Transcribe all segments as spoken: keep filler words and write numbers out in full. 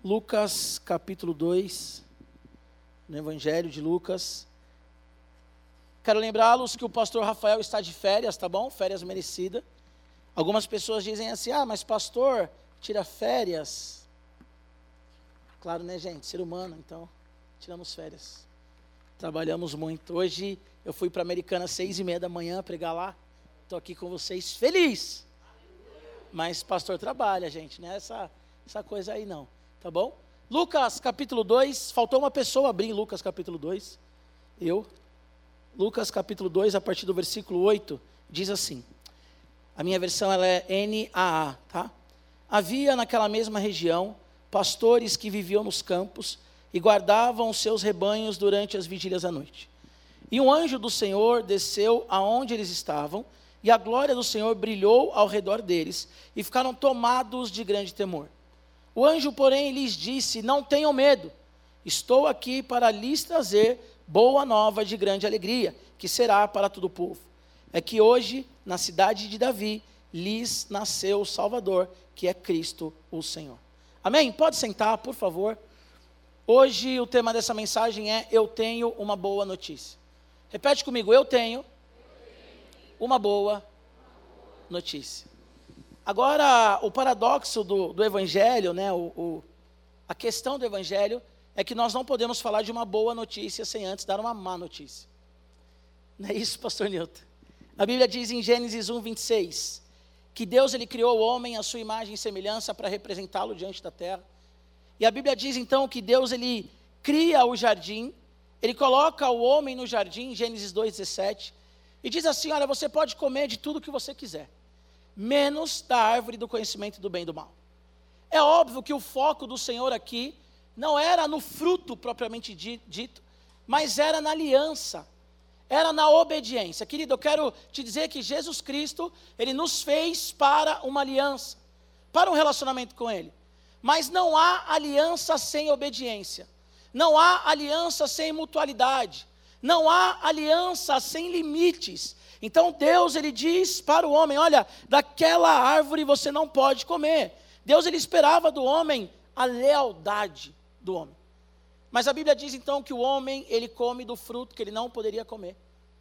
Lucas capítulo dois, no Evangelho de Lucas. Quero lembrá-los que o pastor Rafael está de férias, tá bom? Férias merecidas. Algumas pessoas dizem assim, ah, mas pastor, tira férias. Claro, né, gente? Ser humano, então, tiramos férias. Trabalhamos muito. Hoje eu fui para a Americana às seis e meia da manhã pregar lá. Estou aqui com vocês feliz. Mas pastor trabalha, gente, não é essa, essa coisa aí não. Tá bom? Lucas capítulo dois, faltou uma pessoa abrir Lucas capítulo dois, eu. Lucas capítulo dois, a partir do versículo oito, diz assim, a minha versão ela é N A A, tá? Havia naquela mesma região pastores que viviam nos campos e guardavam os seus rebanhos durante as vigílias da noite. E um anjo do Senhor desceu aonde eles estavam, e a glória do Senhor brilhou ao redor deles, e ficaram tomados de grande temor. O anjo, porém, lhes disse, não tenham medo, estou aqui para lhes trazer boa nova de grande alegria, que será para todo o povo. É que hoje, na cidade de Davi, lhes nasceu o Salvador, que é Cristo o Senhor. Amém? Pode sentar, por favor. Hoje o tema dessa mensagem é, eu tenho uma boa notícia. Repete comigo, eu tenho uma boa notícia. Agora, o paradoxo do, do Evangelho, né, o, o, a questão do Evangelho é que nós não podemos falar de uma boa notícia sem antes dar uma má notícia. Não é isso, pastor Nilton? A Bíblia diz em Gênesis um, vinte e seis, que Deus ele criou o homem à sua imagem e semelhança para representá-lo diante da terra. E a Bíblia diz então que Deus ele cria o jardim, ele coloca o homem no jardim, Gênesis dois, dezessete, e diz assim, olha, você pode comer de tudo que você quiser, menos da árvore do conhecimento do bem e do mal. É óbvio que o foco do Senhor aqui não era no fruto propriamente dito, mas era na aliança, era na obediência. Querido, eu quero te dizer que Jesus Cristo, Ele nos fez para uma aliança, para um relacionamento com Ele. Mas não há aliança sem obediência, não há aliança sem mutualidade, não há aliança sem limites. Então Deus ele diz para o homem, olha, daquela árvore você não pode comer. Deus ele esperava do homem a lealdade do homem. Mas a Bíblia diz então que o homem ele come do fruto que ele não poderia comer.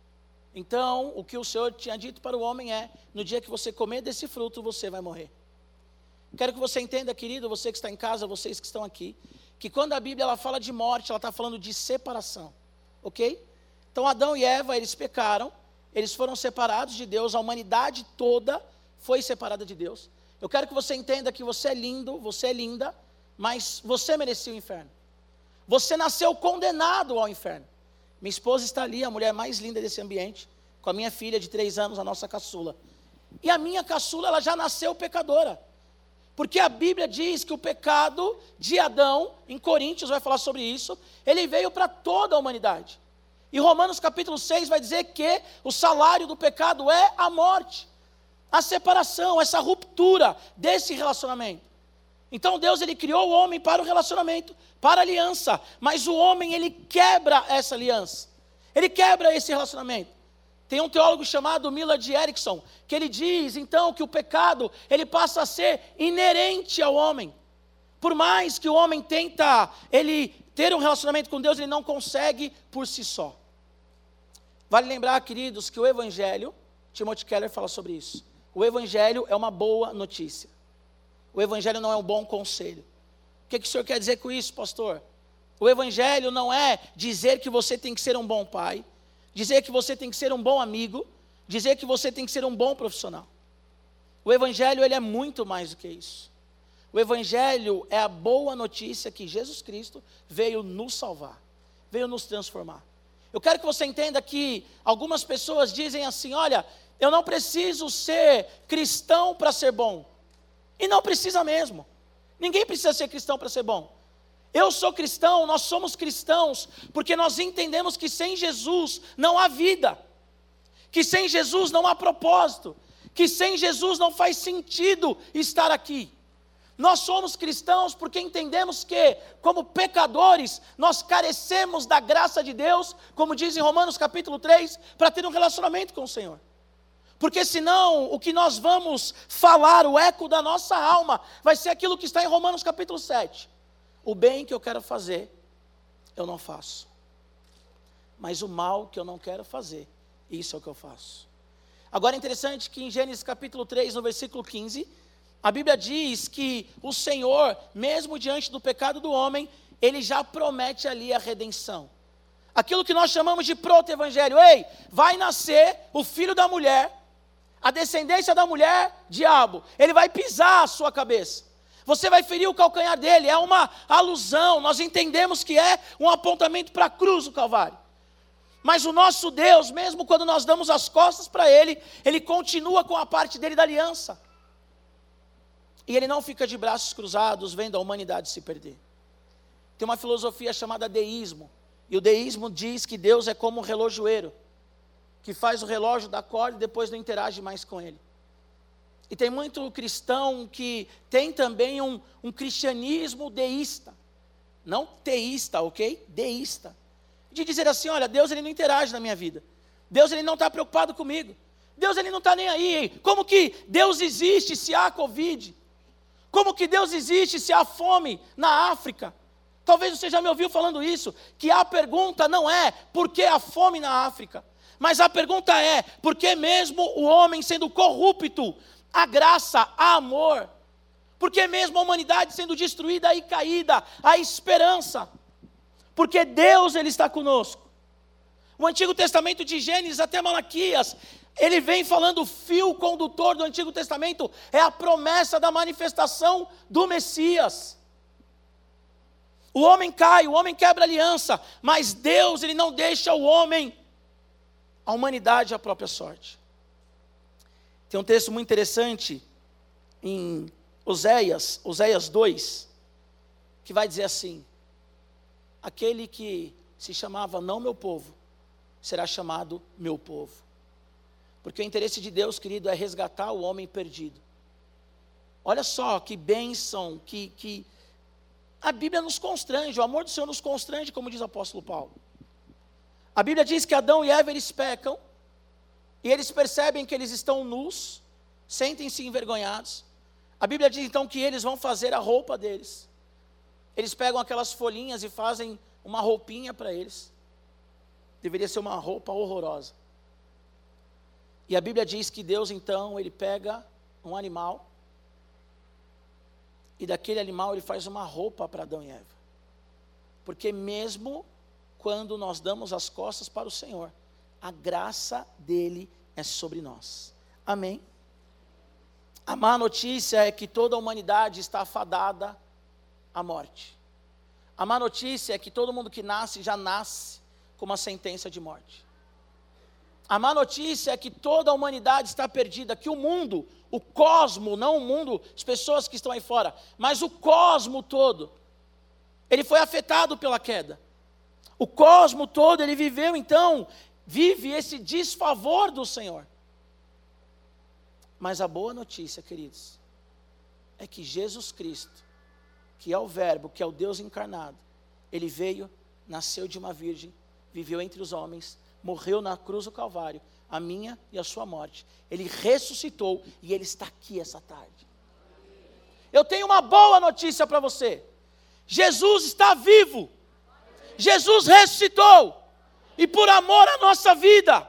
Então o que o Senhor tinha dito para o homem é, no dia que você comer desse fruto você vai morrer. Quero que você entenda, querido, você que está em casa, vocês que estão aqui, que quando a Bíblia ela fala de morte, ela está falando de separação, ok? Então Adão e Eva eles pecaram, eles foram separados de Deus, a humanidade toda foi separada de Deus. Eu quero que você entenda que você é lindo, você é linda, mas você merecia o inferno. Você nasceu condenado ao inferno. Minha esposa está ali, a mulher mais linda desse ambiente, com a minha filha de três anos, a nossa caçula. E a minha caçula, ela já nasceu pecadora. Porque a Bíblia diz que o pecado de Adão, em Coríntios vai falar sobre isso, ele veio para toda a humanidade. E Romanos capítulo seis vai dizer que o salário do pecado é a morte, a separação, essa ruptura desse relacionamento. Então Deus ele criou o homem para o relacionamento, para a aliança, mas o homem ele quebra essa aliança, ele quebra esse relacionamento. Tem um teólogo chamado Millard Erickson, que ele diz então que o pecado ele passa a ser inerente ao homem. Por mais que o homem tenta ele ter um relacionamento com Deus, ele não consegue por si só. Vale lembrar, queridos, que o Evangelho, Timothy Keller fala sobre isso, o Evangelho é uma boa notícia. O Evangelho não é um bom conselho. O que, que o senhor quer dizer com isso, pastor? O Evangelho não é dizer que você tem que ser um bom pai, dizer que você tem que ser um bom amigo, dizer que você tem que ser um bom profissional. O Evangelho ele é muito mais do que isso. O Evangelho é a boa notícia que Jesus Cristo veio nos salvar, veio nos transformar. Eu quero que você entenda que algumas pessoas dizem assim, olha, eu não preciso ser cristão para ser bom. E não precisa mesmo. Ninguém precisa ser cristão para ser bom. Eu sou cristão, nós somos cristãos, porque nós entendemos que sem Jesus não há vida. Que sem Jesus não há propósito. Que sem Jesus não faz sentido estar aqui. Nós somos cristãos porque entendemos que, como pecadores, nós carecemos da graça de Deus, como diz em Romanos capítulo três, para ter um relacionamento com o Senhor. Porque senão, o que nós vamos falar, o eco da nossa alma, vai ser aquilo que está em Romanos capítulo sete. O bem que eu quero fazer, eu não faço. Mas o mal que eu não quero fazer, isso é o que eu faço. Agora é interessante que em Gênesis capítulo três, no versículo quinze, a Bíblia diz que o Senhor, mesmo diante do pecado do homem, Ele já promete ali a redenção. Aquilo que nós chamamos de proto-evangelho. Ei, vai nascer o filho da mulher, a descendência da mulher, diabo. Ele vai pisar a sua cabeça. Você vai ferir o calcanhar dele. É uma alusão. Nós entendemos que é um apontamento para a cruz do Calvário. Mas o nosso Deus, mesmo quando nós damos as costas para Ele, Ele continua com a parte dele da aliança. E Ele não fica de braços cruzados vendo a humanidade se perder. Tem uma filosofia chamada deísmo. E o deísmo diz que Deus é como um relojoeiro, que faz o relógio dar corda e depois não interage mais com ele. E tem muito cristão que tem também um, um cristianismo deísta. Não teísta, ok? Deísta. De dizer assim, olha, Deus ele não interage na minha vida. Deus ele não está preocupado comigo. Deus ele não está nem aí. Como que Deus existe se há Covid? Como que Deus existe se há fome na África? Talvez você já me ouviu falando isso, que a pergunta não é por que a fome na África, mas a pergunta é, por que mesmo o homem sendo corrupto, a graça, a amor, porque mesmo a humanidade sendo destruída e caída, a esperança, porque Deus ele está conosco. O Antigo Testamento de Gênesis até Malaquias, ele vem falando, o fio condutor do Antigo Testamento é a promessa da manifestação do Messias. O homem cai, o homem quebra aliança, mas Deus ele não deixa o homem, a humanidade, a própria sorte. Tem um texto muito interessante em Oséias, Oséias dois, que vai dizer assim, aquele que se chamava não meu povo, será chamado meu povo. Porque o interesse de Deus, querido, é resgatar o homem perdido. Olha só que bênção, que, que a Bíblia nos constrange, o amor do Senhor nos constrange, como diz o apóstolo Paulo. A Bíblia diz que Adão e Eva, eles pecam, e eles percebem que eles estão nus, sentem-se envergonhados. A Bíblia diz então que eles vão fazer a roupa deles. Eles pegam aquelas folhinhas e fazem uma roupinha para eles. Deveria ser uma roupa horrorosa. E a Bíblia diz que Deus então, ele pega um animal, e daquele animal ele faz uma roupa para Adão e Eva. Porque mesmo quando nós damos as costas para o Senhor, a graça dele é sobre nós. Amém? A má notícia é que toda a humanidade está afadada à morte. A má notícia é que todo mundo que nasce já nasce com uma sentença de morte. A má notícia é que toda a humanidade está perdida, que o mundo, o cosmo, não o mundo, as pessoas que estão aí fora, mas o cosmo todo, ele foi afetado pela queda. O cosmo todo, ele viveu então, vive esse desfavor do Senhor. Mas a boa notícia, queridos, é que Jesus Cristo, que é o Verbo, que é o Deus encarnado, ele veio, nasceu de uma virgem, viveu entre os homens, morreu na cruz do Calvário, a minha e a sua morte. Ele ressuscitou e ele está aqui essa tarde. Eu tenho uma boa notícia para você. Jesus está vivo. Jesus ressuscitou. E por amor à nossa vida.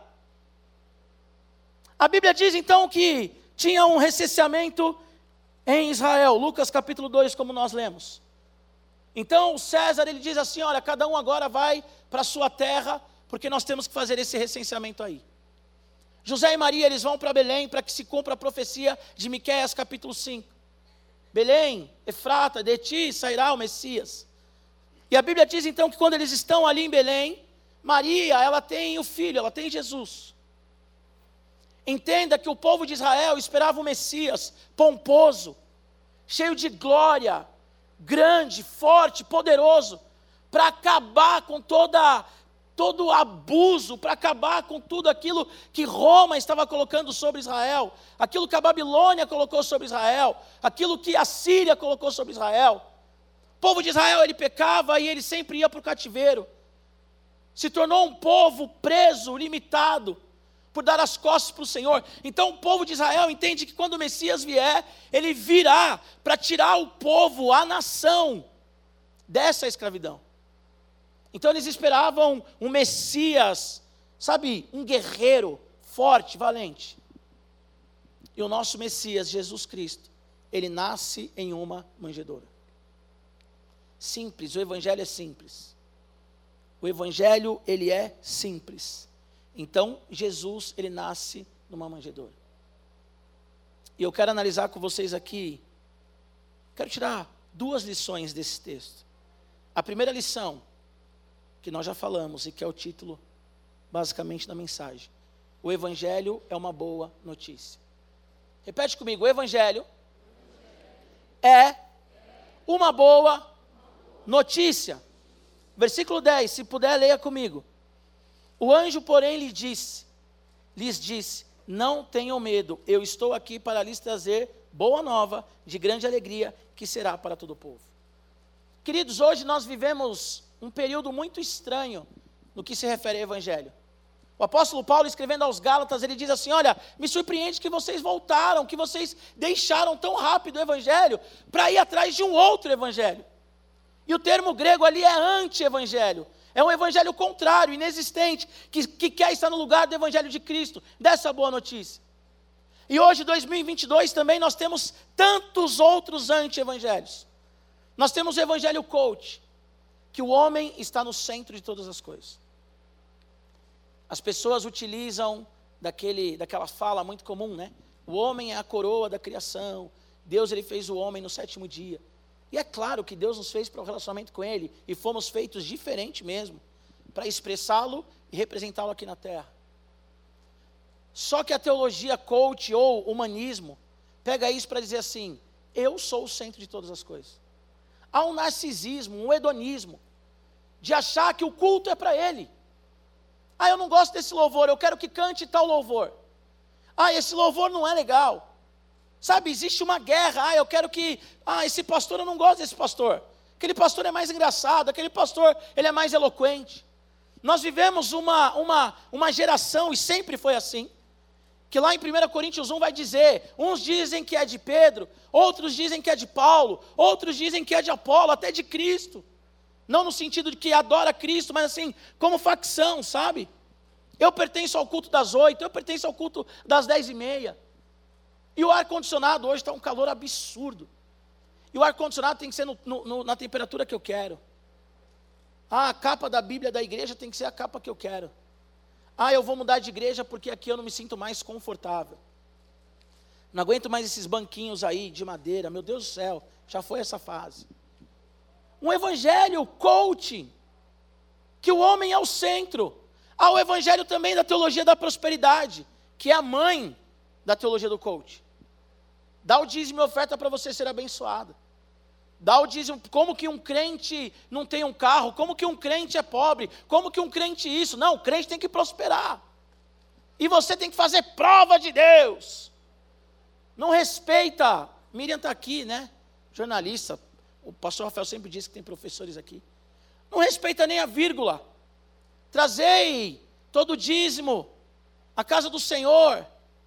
A Bíblia diz então que tinha um recenseamento em Israel. Lucas capítulo dois, como nós lemos. Então César ele diz assim, olha, cada um agora vai para a sua terra, porque nós temos que fazer esse recenseamento aí. José e Maria, eles vão para Belém, para que se cumpra a profecia de Miqueias capítulo cinco. Belém, Efrata, de ti sairá o Messias. E a Bíblia diz então que quando eles estão ali em Belém, Maria, ela tem o filho, ela tem Jesus. Entenda que o povo de Israel esperava o Messias pomposo, cheio de glória, grande, forte, poderoso, para acabar com toda todo o abuso, para acabar com tudo aquilo que Roma estava colocando sobre Israel, aquilo que a Babilônia colocou sobre Israel, aquilo que a Síria colocou sobre Israel. O povo de Israel, ele pecava e ele sempre ia para o cativeiro. Se tornou um povo preso, limitado, por dar as costas para o Senhor. Então o povo de Israel entende que quando o Messias vier, ele virá para tirar o povo, a nação, dessa escravidão. Então eles esperavam um Messias, sabe, um guerreiro forte, valente. E o nosso Messias, Jesus Cristo, ele nasce em uma manjedoura. Simples, o evangelho é simples. O evangelho, ele é simples. Então, Jesus, ele nasce numa manjedoura. E eu quero analisar com vocês aqui, quero tirar duas lições desse texto. A primeira lição, que nós já falamos e que é o título, basicamente, da mensagem. O evangelho é uma boa notícia. Repete comigo, o evangelho é uma boa notícia. Versículo dez, se puder, leia comigo. O anjo, porém, lhe disse, lhes disse, não tenham medo, eu estou aqui para lhes trazer boa nova, de grande alegria, que será para todo o povo. Queridos, hoje nós vivemos um período muito estranho no que se refere ao evangelho. O apóstolo Paulo, escrevendo aos Gálatas, ele diz assim, olha, me surpreende que vocês voltaram, que vocês deixaram tão rápido o evangelho, para ir atrás de um outro evangelho. E o termo grego ali é anti-evangelho, é um evangelho contrário, inexistente, que, que quer estar no lugar do evangelho de Cristo, dessa boa notícia. E hoje, dois mil e vinte e dois, também nós temos tantos outros anti-evangelhos. Nós temos o evangelho coach, que o homem está no centro de todas as coisas. As pessoas utilizam daquele, daquela fala muito comum, né? O homem é a coroa da criação, Deus ele fez o homem no sétimo dia. E é claro que Deus nos fez para o relacionamento com Ele, e fomos feitos diferente mesmo, para expressá-lo e representá-lo aqui na terra. Só que a teologia coach ou humanismo, pega isso para dizer assim, eu sou o centro de todas as coisas. Há um narcisismo, um hedonismo, de achar que o culto é para ele. Ah, eu não gosto desse louvor, eu quero que cante tal louvor. Ah, esse louvor não é legal. Sabe, existe uma guerra, ah, eu quero que, ah, esse pastor, eu não gosto desse pastor. Aquele pastor é mais engraçado, aquele pastor, ele é mais eloquente. Nós vivemos uma, uma, uma geração, e sempre foi assim, que lá em primeira Coríntios um vai dizer, uns dizem que é de Pedro, outros dizem que é de Paulo, outros dizem que é de Apolo, até de Cristo. Não no sentido de que adora Cristo, mas assim, como facção, sabe? Eu pertenço ao culto das oito, eu pertenço ao culto das dez e meia. E o ar-condicionado hoje está um calor absurdo. E o ar-condicionado tem que ser no, no, na temperatura que eu quero. Ah, a capa da Bíblia da igreja tem que ser a capa que eu quero. Ah, eu vou mudar de igreja porque aqui eu não me sinto mais confortável. Não aguento mais esses banquinhos aí de madeira, meu Deus do céu, já foi essa fase. Um evangelho coaching, que o homem é o centro. Há o evangelho também da teologia da prosperidade, que é a mãe da teologia do coach. Dá o dízimo e oferta para você ser abençoado. Dá o dízimo, como que um crente não tem um carro, como que um crente é pobre, como que um crente isso, não, o crente tem que prosperar. E você tem que fazer prova de Deus. Não respeita, Miriam está aqui, né, jornalista, o pastor Rafael sempre diz que tem professores aqui. Não respeita nem a vírgula. Trazei todo o dízimo à casa do Senhor,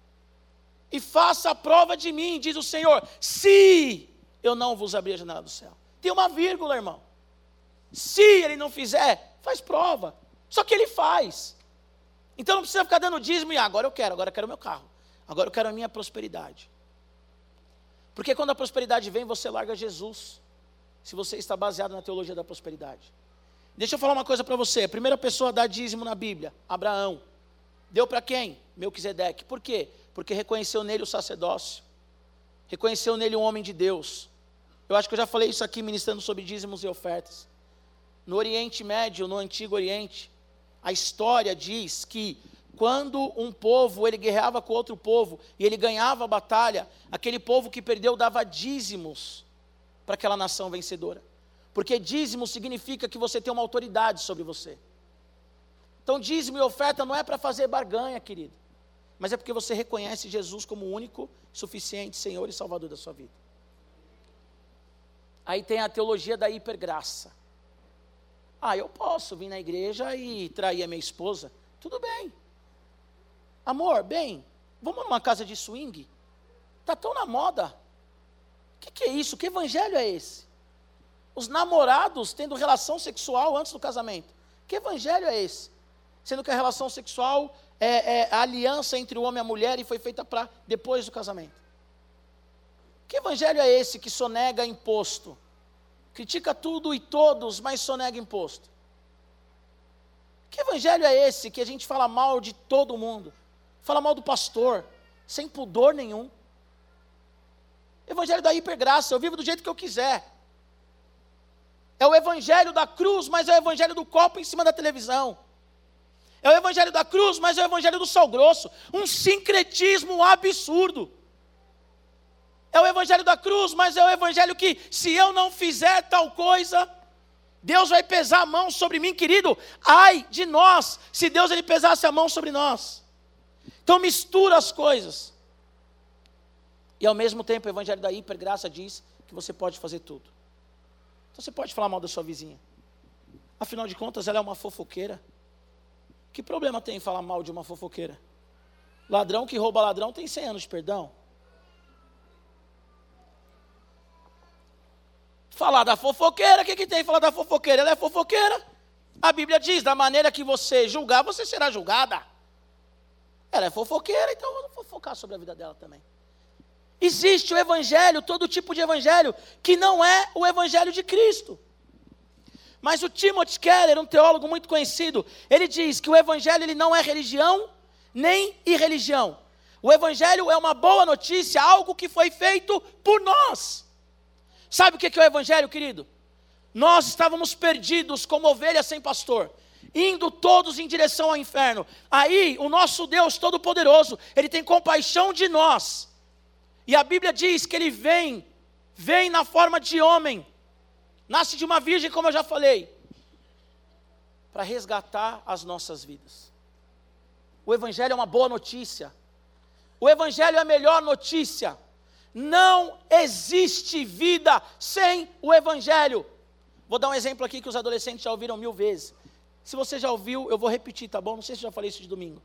e faça a prova de mim, diz o Senhor, se eu não vos abrir a janela do céu. Tem uma vírgula, irmão. Se ele não fizer, faz prova. Só que ele faz. Então não precisa ficar dando dízimo e ah, agora eu quero, agora eu quero o meu carro. Agora eu quero a minha prosperidade. Porque quando a prosperidade vem, você larga Jesus. Se você está baseado na teologia da prosperidade. Deixa eu falar uma coisa para você. A primeira pessoa a dar dízimo na Bíblia, Abraão. Deu para quem? Melquisedeque. Por quê? Porque reconheceu nele o sacerdócio. Reconheceu nele um homem de Deus. Eu acho que eu já falei isso aqui ministrando sobre dízimos e ofertas. No Oriente Médio, no Antigo Oriente, a história diz que quando um povo, ele guerreava com outro povo, e ele ganhava a batalha, aquele povo que perdeu dava dízimos para aquela nação vencedora. Porque dízimo significa que você tem uma autoridade sobre você. Então dízimo e oferta não é para fazer barganha, querido. Mas é porque você reconhece Jesus como o único, suficiente Senhor e Salvador da sua vida. Aí tem a teologia da hipergraça. Ah, eu posso vir na igreja e trair a minha esposa. Tudo bem. Amor, bem, vamos numa casa de swing? Está tão na moda. O que, que é isso? Que evangelho é esse? os namorados tendo relação sexual antes do casamento. Que evangelho é esse? Sendo que a relação sexual é, é a aliança entre o homem e a mulher e foi feita para depois do casamento. Que evangelho é esse que sonega imposto? Critica tudo e todos, mas sonega imposto. Que evangelho é esse que a gente fala mal de todo mundo? Fala mal do pastor, sem pudor nenhum. Evangelho da hipergraça, eu vivo do jeito que eu quiser. É o evangelho da cruz, mas é o evangelho do copo em cima da televisão. É o evangelho da cruz, mas é o evangelho do sal grosso. Um sincretismo absurdo. É o evangelho da cruz, mas é o evangelho que, se eu não fizer tal coisa, Deus vai pesar a mão sobre mim, querido. Ai de nós, se Deus ele pesasse a mão sobre nós. Então mistura as coisas. E ao mesmo tempo o evangelho da hipergraça diz que você pode fazer tudo. Então você pode falar mal da sua vizinha. Afinal de contas, ela é uma fofoqueira. Que problema tem em falar mal de uma fofoqueira? Ladrão que rouba ladrão tem cem anos de perdão. Falar da fofoqueira, o que, que tem falar da fofoqueira? Ela é fofoqueira. A Bíblia diz, da maneira que você julgar, você será julgada. Ela é fofoqueira, então eu vou fofocar sobre a vida dela também. Existe o evangelho, todo tipo de evangelho, que não é o evangelho de Cristo. Mas o Timothy Keller, um teólogo muito conhecido, ele diz que o evangelho ele não é religião, nem irreligião. O evangelho é uma boa notícia, algo que foi feito por nós. Sabe o que é o evangelho, querido? Nós estávamos perdidos como ovelhas sem pastor, indo todos em direção ao inferno. Aí, o nosso Deus Todo-Poderoso, Ele tem compaixão de nós. E a Bíblia diz que Ele vem, vem na forma de homem, nasce de uma virgem, como eu já falei, para resgatar as nossas vidas. O evangelho é uma boa notícia. O evangelho é a melhor notícia. Não existe vida sem o evangelho. Vou dar um exemplo aqui que os adolescentes já ouviram mil vezes. Se você já ouviu, eu vou repetir, tá bom? Não sei se eu já falei isso de domingo.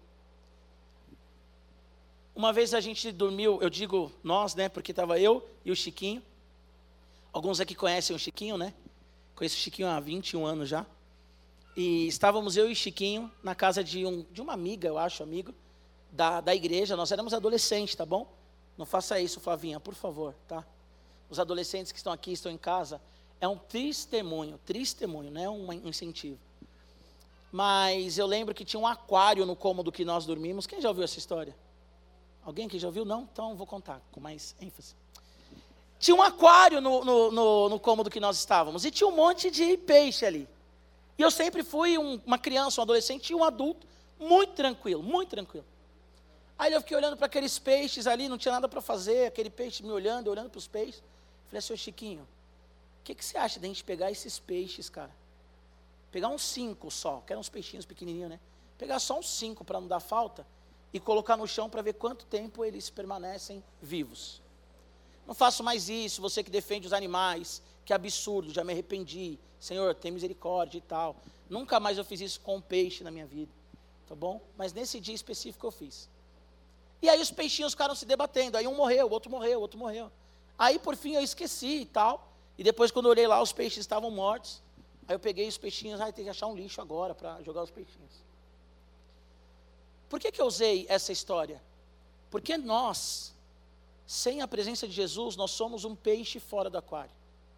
Uma vez a gente dormiu, eu digo nós, né? Porque estava eu e o Chiquinho. Alguns aqui conhecem o Chiquinho, né? Conheço o Chiquinho há vinte e um anos já. E estávamos eu e o Chiquinho na casa de, um, de uma amiga, eu acho, amigo, da, da igreja. Nós éramos adolescentes, tá bom? Não faça isso, Flavinha, por favor, tá? Os adolescentes que estão aqui, estão em casa, é um testemunho, testemunho, não é um incentivo. Mas eu lembro que tinha um aquário no cômodo que nós dormimos. Quem já ouviu essa história? Alguém que já ouviu? Não? Então vou contar com mais ênfase. Tinha um aquário no, no, no, no cômodo que nós estávamos, e tinha um monte de peixe ali. E eu sempre fui um, uma criança, um adolescente e um adulto, muito tranquilo, muito tranquilo. Aí eu fiquei olhando para aqueles peixes ali, não tinha nada para fazer, aquele peixe me olhando, eu olhando para os peixes. Falei assim, ô Chiquinho, o que, que você acha de a gente pegar esses peixes, cara? Pegar uns cinco só, que eram uns peixinhos pequenininhos, né? Pegar só uns cinco para não dar falta e colocar no chão para ver quanto tempo eles permanecem vivos. Não faço mais isso, você que defende os animais, que absurdo, já me arrependi. Senhor, tem misericórdia e tal. Nunca mais eu fiz isso com um peixe na minha vida, tá bom? Mas nesse dia específico eu fiz. E aí os peixinhos ficaram se debatendo, aí um morreu, o outro morreu, o outro morreu. Aí por fim eu esqueci e tal, e depois quando eu olhei lá os peixes estavam mortos, aí eu peguei os peixinhos, ai, tem que achar um lixo agora para jogar os peixinhos. Por que que eu usei essa história? Porque nós, sem a presença de Jesus, nós somos um peixe fora do aquário.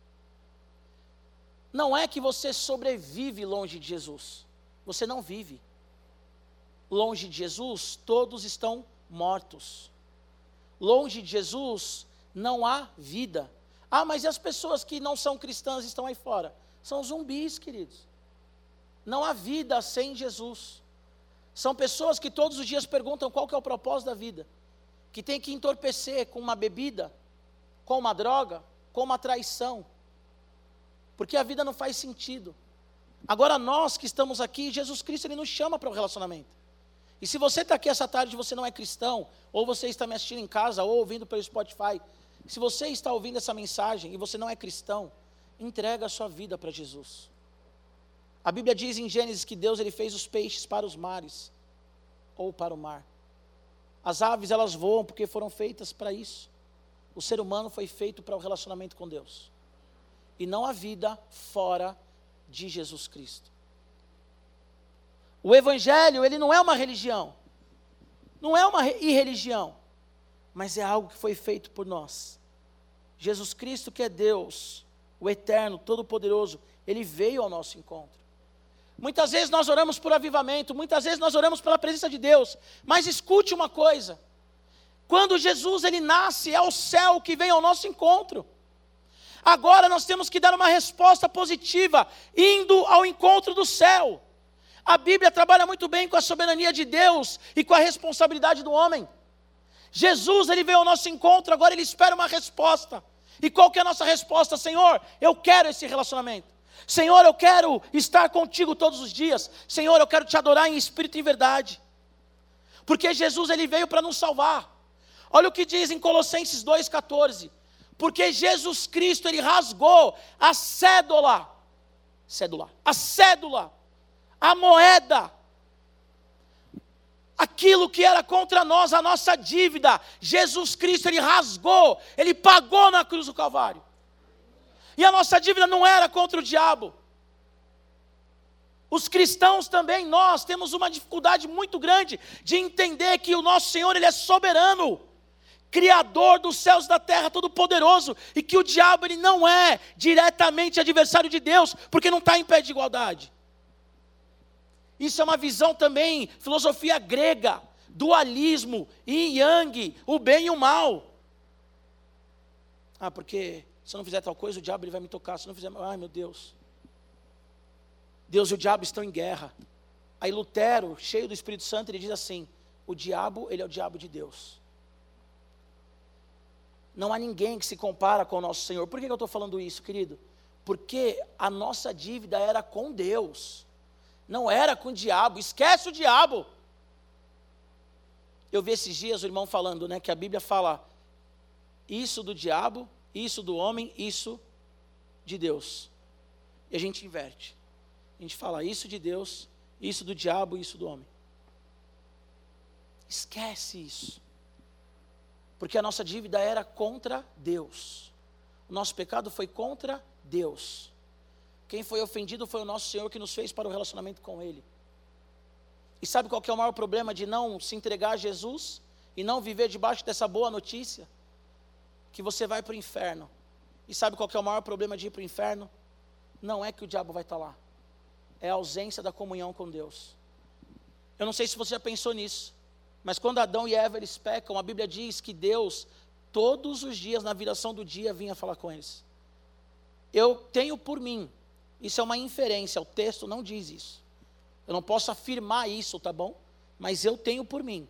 Não é que você sobrevive longe de Jesus, você não vive. Longe de Jesus, todos estão mortos. Longe de Jesus, não há vida. Ah, mas e as pessoas que não são cristãs estão aí fora? São zumbis, queridos. Não há vida sem Jesus. São pessoas que todos os dias perguntam qual que é o propósito da vida. Que tem que entorpecer com uma bebida, com uma droga, com uma traição. Porque a vida não faz sentido. Agora nós que estamos aqui, Jesus Cristo ele nos chama para o relacionamento. E se você está aqui essa tarde e você não é cristão, ou você está me assistindo em casa, ou ouvindo pelo Spotify, se você está ouvindo essa mensagem e você não é cristão, entrega a sua vida para Jesus. A Bíblia diz em Gênesis que Deus ele fez os peixes para os mares, ou para o mar. As aves elas voam porque foram feitas para isso. O ser humano foi feito para o relacionamento com Deus. e não a vida fora de Jesus Cristo. O Evangelho, ele não é uma religião, não é uma irreligião, mas é algo que foi feito por nós. Jesus Cristo, que é Deus, o Eterno, Todo-Poderoso, ele veio ao nosso encontro. Muitas vezes nós oramos por avivamento, muitas vezes nós oramos pela presença de Deus, mas escute uma coisa, quando Jesus ele nasce, é o céu que vem ao nosso encontro. Agora nós temos que dar uma resposta positiva, indo ao encontro do céu. A Bíblia trabalha muito bem com a soberania de Deus e com a responsabilidade do homem. Jesus ele veio ao nosso encontro, agora ele espera uma resposta. E qual que é a nossa resposta? Senhor, eu quero esse relacionamento. Senhor, eu quero estar contigo todos os dias. Senhor, eu quero te adorar em espírito e em verdade. Porque Jesus ele veio para nos salvar. Olha o que diz em Colossenses dois, catorze. Porque Jesus Cristo, ele rasgou a cédula, cédula, a cédula, a moeda, aquilo que era contra nós, a nossa dívida. Jesus Cristo, ele rasgou, ele pagou na cruz do Calvário. E a nossa dívida não era contra o diabo. Os cristãos também, nós temos uma dificuldade muito grande de entender que o nosso Senhor, ele é soberano, Criador dos céus e da terra, todo-poderoso, e que o diabo ele não é diretamente adversário de Deus, porque não está em pé de igualdade. Isso é uma visão também, filosofia grega, dualismo, yin yang, o bem e o mal. Ah, porque se eu não fizer tal coisa, o diabo ele vai me tocar, se eu não fizer, ai meu Deus. Deus e o diabo estão em guerra. Aí Lutero, cheio do Espírito Santo, ele diz assim, o diabo, ele é o diabo de Deus. Não há ninguém que se compara com o nosso Senhor. Por que eu estou falando isso, querido? Porque a nossa dívida era com Deus, não era com o diabo. Esquece o diabo. Eu vi esses dias o irmão falando, né, que a Bíblia fala isso do diabo, isso do homem, isso de Deus. E a gente inverte. A gente fala isso de Deus, isso do diabo, isso do homem. Esquece isso. Porque a nossa dívida era contra Deus. O nosso pecado foi contra Deus. Quem foi ofendido foi o nosso Senhor que nos fez para o relacionamento com Ele. E sabe qual que é o maior problema de não se entregar a Jesus e não viver debaixo dessa boa notícia? Que você vai para o inferno. E sabe qual que é o maior problema de ir para o inferno? Não é que o diabo vai estar lá. É a ausência da comunhão com Deus. Eu não sei se você já pensou nisso. Mas quando Adão e Eva eles pecam, a Bíblia diz que Deus, todos os dias, na viração do dia, vinha falar com eles. Eu tenho por mim, isso é uma inferência, o texto não diz isso. Eu não posso afirmar isso, tá bom? Mas eu tenho por mim,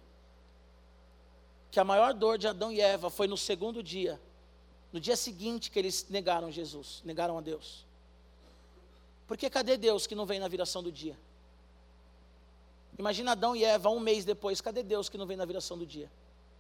que a maior dor de Adão e Eva foi no segundo dia, no dia seguinte que eles negaram Jesus, negaram a Deus. Porque cadê Deus que não vem na viração do dia? Imagina Adão e Eva um mês depois, cadê Deus que não vem na viração do dia?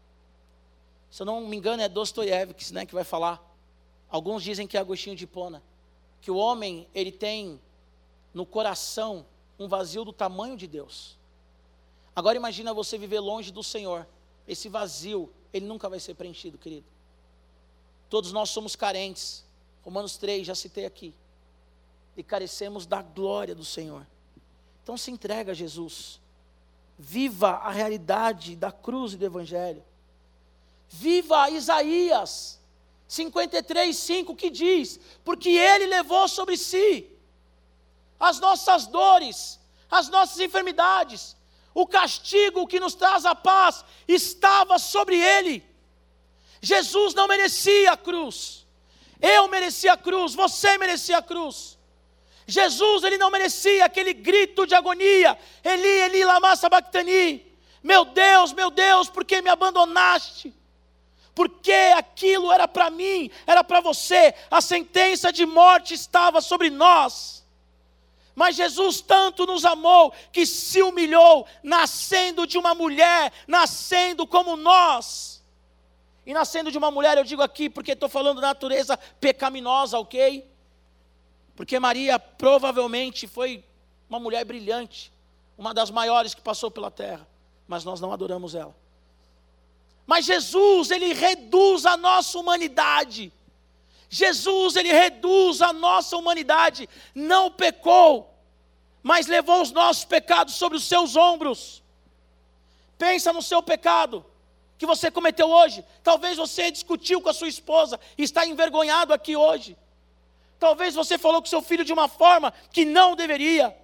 Se eu não me engano é Dostoiévski, né, que vai falar. Alguns dizem que é Agostinho de Hipona, que o homem ele tem no coração um vazio do tamanho de Deus. Agora imagina você viver longe do Senhor. Esse vazio, ele nunca vai ser preenchido, querido. Todos nós somos carentes. Romanos três, já citei aqui. E carecemos da glória do Senhor. Então se entrega a Jesus. Viva a realidade da cruz e do Evangelho. Viva Isaías cinquenta e três, cinco, que diz, porque Ele levou sobre si as nossas dores, as nossas enfermidades, o castigo que nos traz a paz estava sobre Ele. Jesus não merecia a cruz, eu merecia a cruz, você merecia a cruz. Jesus, ele não merecia aquele grito de agonia, Eli, Eli, lama sabachthani, meu Deus, meu Deus, por que me abandonaste? Porque aquilo era para mim, era para você, a sentença de morte estava sobre nós. Mas Jesus tanto nos amou, que se humilhou, nascendo de uma mulher, nascendo como nós. E nascendo de uma mulher, eu digo aqui, porque estou falando da natureza pecaminosa, ok? Porque Maria provavelmente foi uma mulher brilhante, uma das maiores que passou pela terra, mas nós não adoramos ela. Mas Jesus, ele reduz a nossa humanidade. Jesus, ele reduz a nossa humanidade, não pecou, mas levou os nossos pecados sobre os seus ombros. Pensa no seu pecado que você cometeu hoje. Talvez você discutiu com a sua esposa e está envergonhado aqui hoje. Talvez você falou com seu filho de uma forma que não deveria.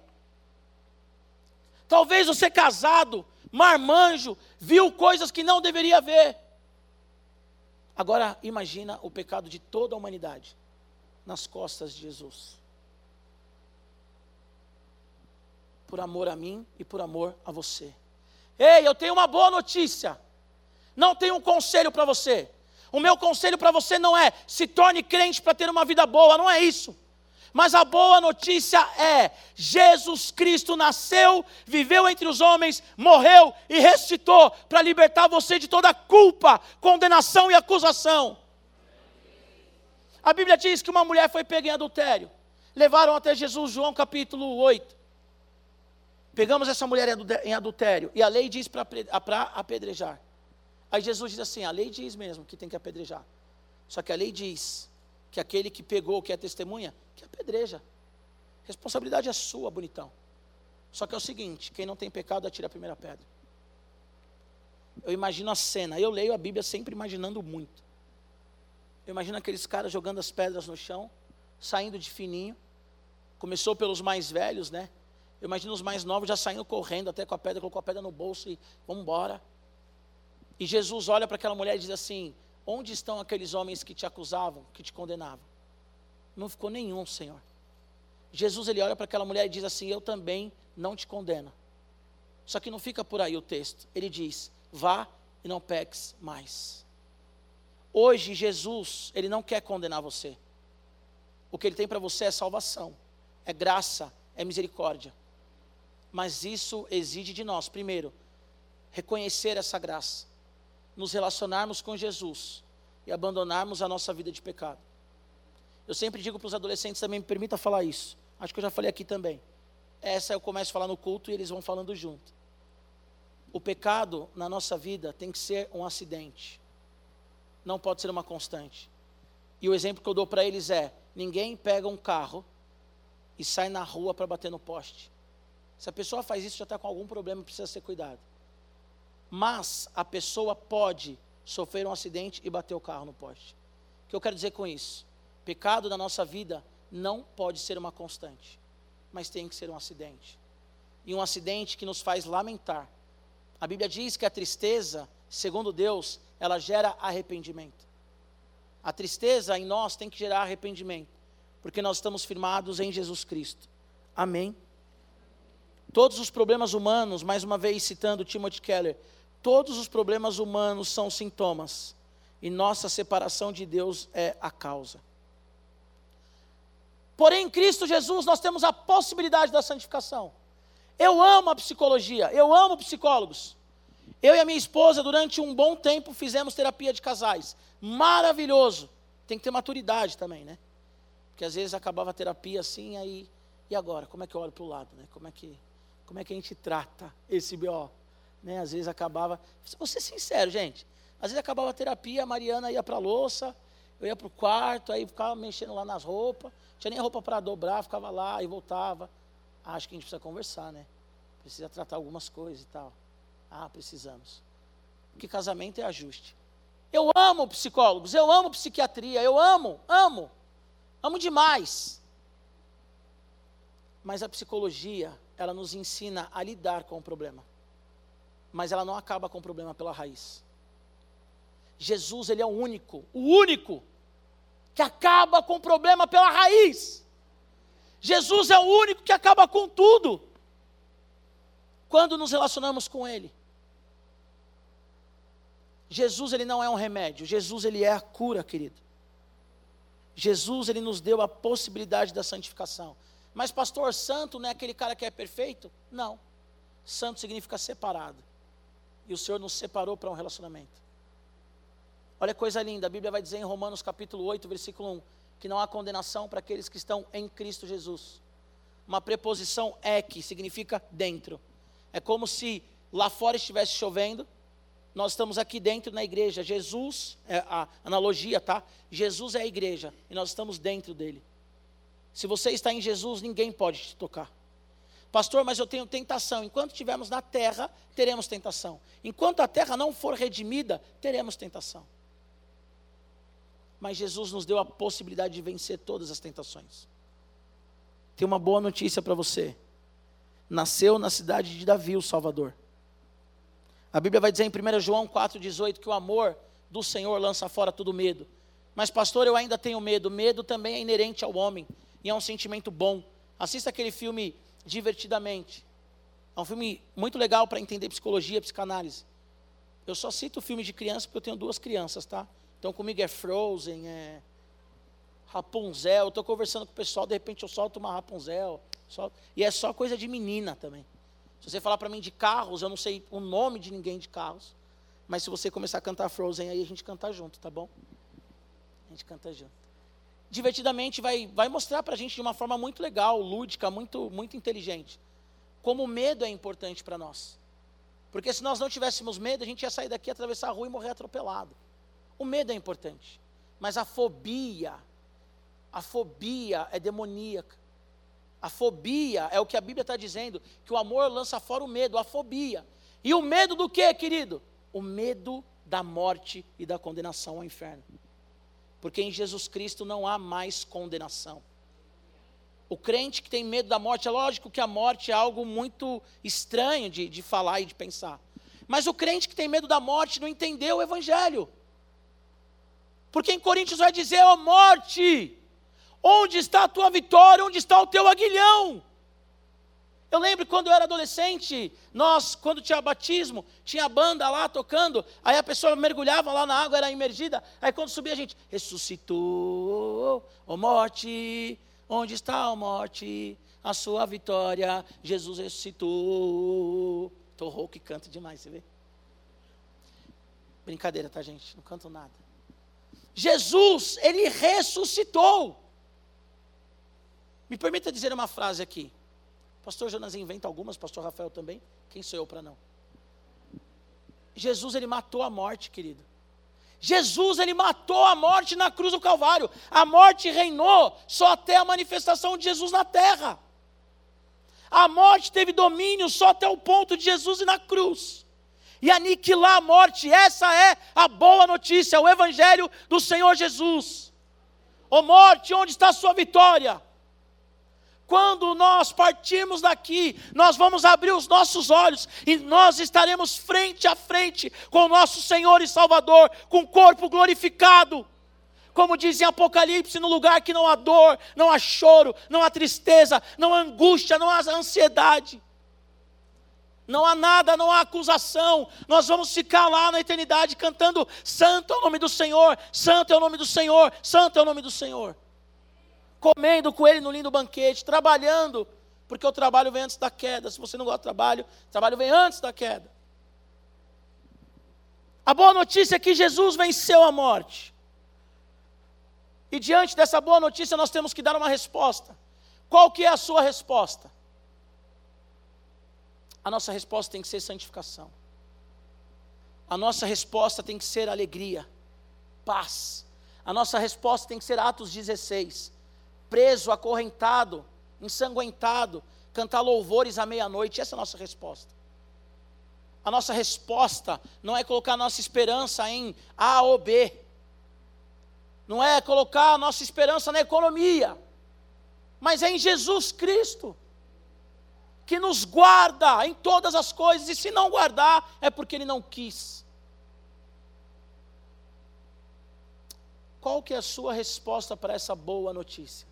Talvez você casado, marmanjo, viu coisas que não deveria ver. Agora imagina o pecado de toda a humanidade nas costas de Jesus. Por amor a mim e por amor a você. Ei, eu tenho uma boa notícia. Não tenho um conselho para você. O meu conselho para você não é se torne crente para ter uma vida boa, não é isso. Mas a boa notícia é, Jesus Cristo nasceu, viveu entre os homens, morreu e ressuscitou para libertar você de toda culpa, condenação e acusação. A Bíblia diz que uma mulher foi pega em adultério. Levaram até Jesus, João capítulo oito. Pegamos essa mulher em adultério e a lei diz para apedrejar. Aí Jesus diz assim, a lei diz mesmo que tem que apedrejar. Só que a lei diz que aquele que pegou, que é testemunha, que apedreja. Responsabilidade é sua, bonitão. Só que é o seguinte, quem não tem pecado, atira a primeira pedra. Eu imagino a cena, eu leio a Bíblia sempre imaginando muito. Eu imagino aqueles caras jogando as pedras no chão, saindo de fininho. Começou pelos mais velhos, né? Eu imagino os mais novos já saindo correndo, até com a pedra, colocou a pedra no bolso e vamos embora. E Jesus olha para aquela mulher e diz assim, onde estão aqueles homens que te acusavam, que te condenavam? Não ficou nenhum, Senhor. Jesus, ele olha para aquela mulher e diz assim, eu também não te condeno. Só que não fica por aí o texto. Ele diz, vá e não peques mais. Hoje, Jesus, ele não quer condenar você. O que ele tem para você é salvação, é graça, é misericórdia. Mas isso exige de nós, primeiro, reconhecer essa graça, nos relacionarmos com Jesus e abandonarmos a nossa vida de pecado. Eu sempre digo para os adolescentes também, me permita falar isso. Acho que eu já falei aqui também. Essa eu começo a falar no culto e eles vão falando junto. O pecado na nossa vida tem que ser um acidente. Não pode ser uma constante. E o exemplo que eu dou para eles é, ninguém pega um carro e sai na rua para bater no poste. Se a pessoa faz isso, já está com algum problema, precisa ser cuidado. Mas a pessoa pode sofrer um acidente e bater o carro no poste. O que eu quero dizer com isso? Pecado na nossa vida não pode ser uma constante, mas tem que ser um acidente. E um acidente que nos faz lamentar. A Bíblia diz que a tristeza, segundo Deus, ela gera arrependimento. A tristeza em nós tem que gerar arrependimento, porque nós estamos firmados em Jesus Cristo. Amém? Todos os problemas humanos, mais uma vez citando Timothy Keller, todos os problemas humanos são sintomas, e nossa separação de Deus é a causa. Porém, em Cristo Jesus, nós temos a possibilidade da santificação. Eu amo a psicologia, eu amo psicólogos. Eu e a minha esposa, durante um bom tempo, fizemos terapia de casais. Maravilhoso. Tem que ter maturidade também, né? Porque às vezes acabava a terapia assim, aí, e agora? Como é que eu olho para o lado, né? Como é que... Como é que a gente trata esse B O? Né? Às vezes acabava... Vou ser sincero, gente. Às vezes acabava a terapia, a Mariana ia para a louça, eu ia para o quarto, aí ficava mexendo lá nas roupas. Não tinha nem roupa para dobrar, ficava lá e voltava. Ah, acho que a gente precisa conversar, né? Precisa tratar algumas coisas e tal. Ah, precisamos. Porque casamento é ajuste. Eu amo psicólogos, eu amo psiquiatria, eu amo, amo. Amo demais. Mas a psicologia... ela nos ensina a lidar com o problema. Mas ela não acaba com o problema pela raiz. Jesus, ele é o único, o único, que acaba com o problema pela raiz. Jesus é o único que acaba com tudo. Quando nos relacionamos com ele. Jesus, ele não é um remédio. Jesus, ele é a cura, querido. Jesus, ele nos deu a possibilidade da santificação. Mas pastor, santo não é aquele cara que é perfeito? Não. Santo significa separado. E o Senhor nos separou para um relacionamento. Olha que coisa linda, a Bíblia vai dizer em Romanos capítulo oito, versículo um, que não há condenação para aqueles que estão em Cristo Jesus. Uma preposição ek, significa dentro. É como se lá fora estivesse chovendo, nós estamos aqui dentro na igreja, Jesus, é a analogia, tá? Jesus é a igreja, e nós estamos dentro dele. Se você está em Jesus, ninguém pode te tocar. Pastor, mas eu tenho tentação. Enquanto estivermos na terra, teremos tentação. Enquanto a terra não for redimida, teremos tentação. Mas Jesus nos deu a possibilidade de vencer todas as tentações. Tem uma boa notícia para você. Nasceu na cidade de Davi o Salvador. A Bíblia vai dizer em primeiro João quatro, dezoito que o amor do Senhor lança fora todo medo. Mas pastor, eu ainda tenho medo. Medo também é inerente ao homem e é um sentimento bom. Assista aquele filme Divertidamente. É um filme muito legal para entender psicologia, psicanálise. Eu só cito filme de criança porque eu tenho duas crianças, tá? Então comigo é Frozen, é Rapunzel. Eu estou conversando com o pessoal, de repente eu solto uma Rapunzel. Solto, e é só coisa de menina também. Se você falar para mim de carros, eu não sei o nome de ninguém de carros. Mas se você começar a cantar Frozen, aí a gente canta junto, tá bom? A gente canta junto. Divertidamente vai, vai mostrar para a gente de uma forma muito legal, lúdica, muito, muito inteligente, como o medo é importante para nós. Porque se nós não tivéssemos medo, a gente ia sair daqui, atravessar a rua e morrer atropelado. O medo é importante, mas a fobia, a fobia é demoníaca. A fobia é o que a Bíblia está dizendo, que o amor lança fora o medo, a fobia. E o medo do quê, querido? O medo da morte e da condenação ao inferno. Porque em Jesus Cristo não há mais condenação. O crente que tem medo da morte, é lógico que a morte é algo muito estranho de, de falar e de pensar. Mas o crente que tem medo da morte não entendeu o Evangelho. Porque em Coríntios vai dizer, ó morte, onde está a tua vitória, onde está o teu aguilhão? Eu lembro quando eu era adolescente, nós, quando tinha batismo, tinha banda lá tocando, aí a pessoa mergulhava lá na água, era imergida, aí quando subia a gente, ressuscitou, ó morte, onde está a morte, a sua vitória, Jesus ressuscitou. Tô rouco e canto demais, você vê? Brincadeira, tá gente, não canto nada. Jesus, ele ressuscitou. Me permita dizer uma frase aqui. Pastor Jonas inventa algumas, pastor Rafael também. Quem sou eu para não? Jesus, ele matou a morte, querido. Jesus, ele matou a morte na cruz do Calvário. A morte reinou só até a manifestação de Jesus na terra. A morte teve domínio só até o ponto de Jesus ir na cruz. E aniquilar a morte, essa é a boa notícia, o evangelho do Senhor Jesus. Ó morte, onde está a sua vitória? Quando nós partirmos daqui, nós vamos abrir os nossos olhos e nós estaremos frente a frente com o nosso Senhor e Salvador, com o corpo glorificado. Como diz em Apocalipse, no lugar que não há dor, não há choro, não há tristeza, não há angústia, não há ansiedade. Não há nada, não há acusação. Nós vamos ficar lá na eternidade cantando, santo é o nome do Senhor, santo é o nome do Senhor, santo é o nome do Senhor. Comendo com ele no lindo banquete, trabalhando, porque o trabalho vem antes da queda. Se você não gosta do trabalho, o trabalho vem antes da queda. A boa notícia é que Jesus venceu a morte. E diante dessa boa notícia nós temos que dar uma resposta. Qual que é a sua resposta? A nossa resposta tem que ser santificação. A nossa resposta tem que ser alegria, paz. A nossa resposta tem que ser Atos dezesseis. Preso, acorrentado, ensanguentado, cantar louvores à meia-noite. Essa é a nossa resposta. A nossa resposta não é colocar a nossa esperança em A ou B. Não é colocar a nossa esperança na economia. Mas é em Jesus Cristo, que nos guarda em todas as coisas. E se não guardar, é porque Ele não quis. Qual que é a sua resposta para essa boa notícia?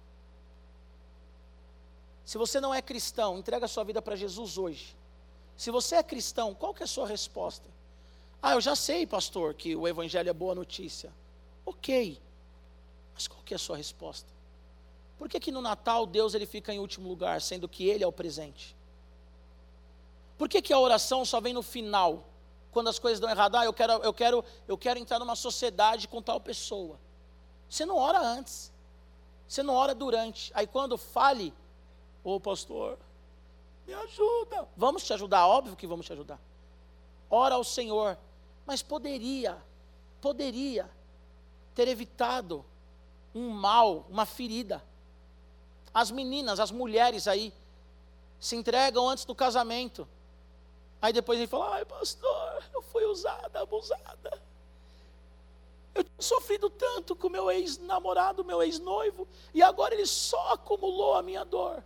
Se você não é cristão, entrega a sua vida para Jesus hoje. Se você é cristão, qual que é a sua resposta? Ah, eu já sei, pastor, que o evangelho é boa notícia. Ok, mas qual que é a sua resposta? Por que que no Natal Deus ele fica em último lugar, sendo que Ele é o presente? Por que que a oração só vem no final, quando as coisas dão errado? Ah, eu quero, eu quero, eu quero entrar numa sociedade com tal pessoa. Você não ora antes, você não ora durante. Aí quando fale, ô pastor, me ajuda. Vamos te ajudar, óbvio que vamos te ajudar. Ora ao Senhor, mas poderia, poderia ter evitado um mal, uma ferida. As meninas, as mulheres aí, se entregam antes do casamento. Aí depois ele fala, ai pastor, eu fui usada, abusada. Eu tinha sofrido tanto com meu ex-namorado, meu ex-noivo, e agora ele só acumulou a minha dor.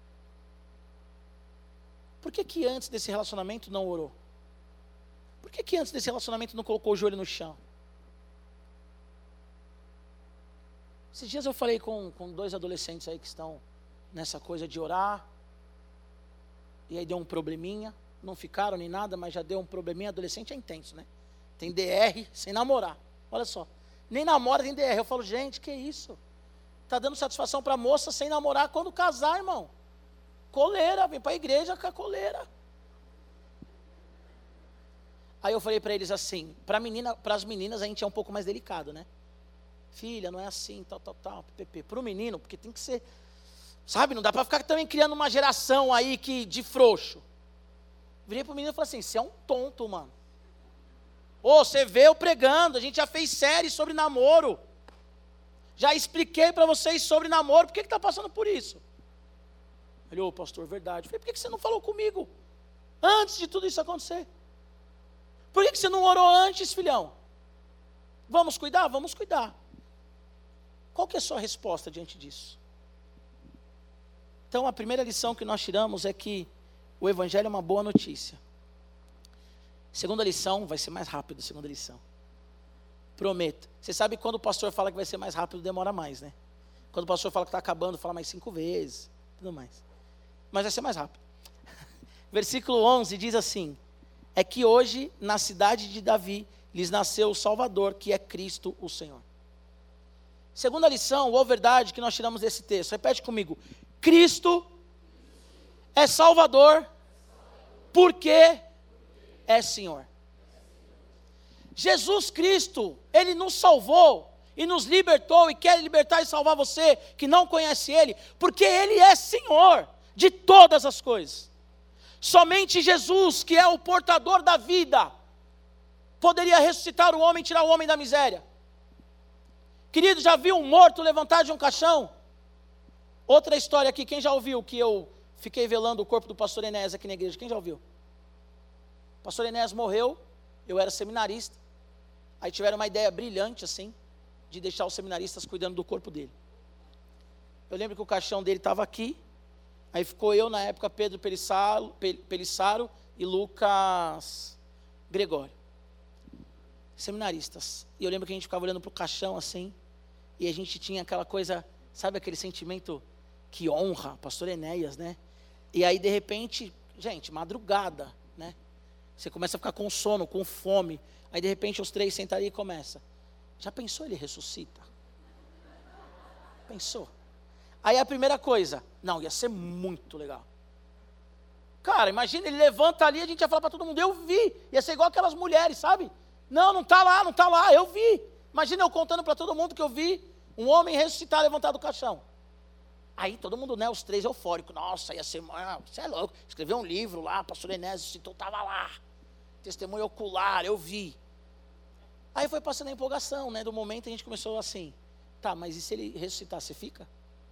Por que que antes desse relacionamento não orou? Por que que antes desse relacionamento não colocou o joelho no chão? Esses dias eu falei com, com dois adolescentes aí que estão nessa coisa de orar, e aí deu um probleminha, não ficaram nem nada, mas já deu um probleminha. Adolescente é intenso, né? Tem D R sem namorar, olha só, nem namora tem D R. Eu falo, gente, que isso? Está dando satisfação para a moça sem namorar quando casar, irmão? Coleira, vem para a igreja com a coleira. Aí eu falei para eles assim, para menina, para as meninas a gente é um pouco mais delicado, né? Filha, não é assim, tal, tal, tal, pp. Para o menino, porque tem que ser, sabe, não dá para ficar também criando uma geração aí que, de frouxo. Virei para o menino e falei assim, você é um tonto, mano. Ô, você vê eu pregando, a gente já fez série sobre namoro. Já expliquei para vocês sobre namoro, por que está passando por isso? Ele, ô pastor, verdade. Eu falei, por que que você não falou comigo antes de tudo isso acontecer? Por que que você não orou antes, filhão? Vamos cuidar? Vamos cuidar. Qual que é a sua resposta diante disso? Então, a primeira lição que nós tiramos é que o Evangelho é uma boa notícia. Segunda lição, vai ser mais rápido a segunda lição. Prometo. Você sabe que quando o pastor fala que vai ser mais rápido, demora mais, né? Quando o pastor fala que está acabando, fala mais cinco vezes, tudo mais. Mas vai ser mais rápido. Versículo onze diz assim, é que hoje, na cidade de Davi, lhes nasceu o Salvador, que é Cristo o Senhor. Segunda lição, ou verdade, que nós tiramos desse texto. Repete comigo. Cristo é Salvador, porque é Senhor. Jesus Cristo, Ele nos salvou e nos libertou e quer libertar e salvar você que não conhece Ele, porque Ele é Senhor de todas as coisas. Somente Jesus, que é o portador da vida, poderia ressuscitar o homem e tirar o homem da miséria. Querido, já viu um morto levantar de um caixão? Outra história aqui, quem já ouviu que eu fiquei velando o corpo do pastor Enéas aqui na igreja? Quem já ouviu? O pastor Enéas morreu, eu era seminarista, aí tiveram uma ideia brilhante assim, de deixar os seminaristas cuidando do corpo dele. Eu lembro que o caixão dele estava aqui, aí ficou eu na época, Pedro Pelissaro, Pelissaro e Lucas Gregório, seminaristas. E eu lembro que a gente ficava olhando para o caixão assim, e a gente tinha aquela coisa, sabe aquele sentimento que honra, pastor Enéas, né? E aí de repente, gente, madrugada, né? Você começa a ficar com sono, com fome, aí de repente os três sentam ali e começa. Já pensou ele ressuscita? Pensou? Aí a primeira coisa, não, ia ser muito legal. Cara, imagina, ele levanta ali, a gente ia falar para todo mundo, eu vi, ia ser igual aquelas mulheres, sabe? Não, não está lá, não está lá, eu vi. Imagina eu contando para todo mundo que eu vi um homem ressuscitar, levantar do caixão. Aí todo mundo, né, os três eufóricos, nossa, ia ser, ah, você é louco, escreveu um livro lá, pastor Enéas ressuscitou, estava lá, testemunho ocular, eu vi. Aí foi passando a empolgação, né, do momento a gente começou assim, tá, mas e se ele ressuscitar, você fica?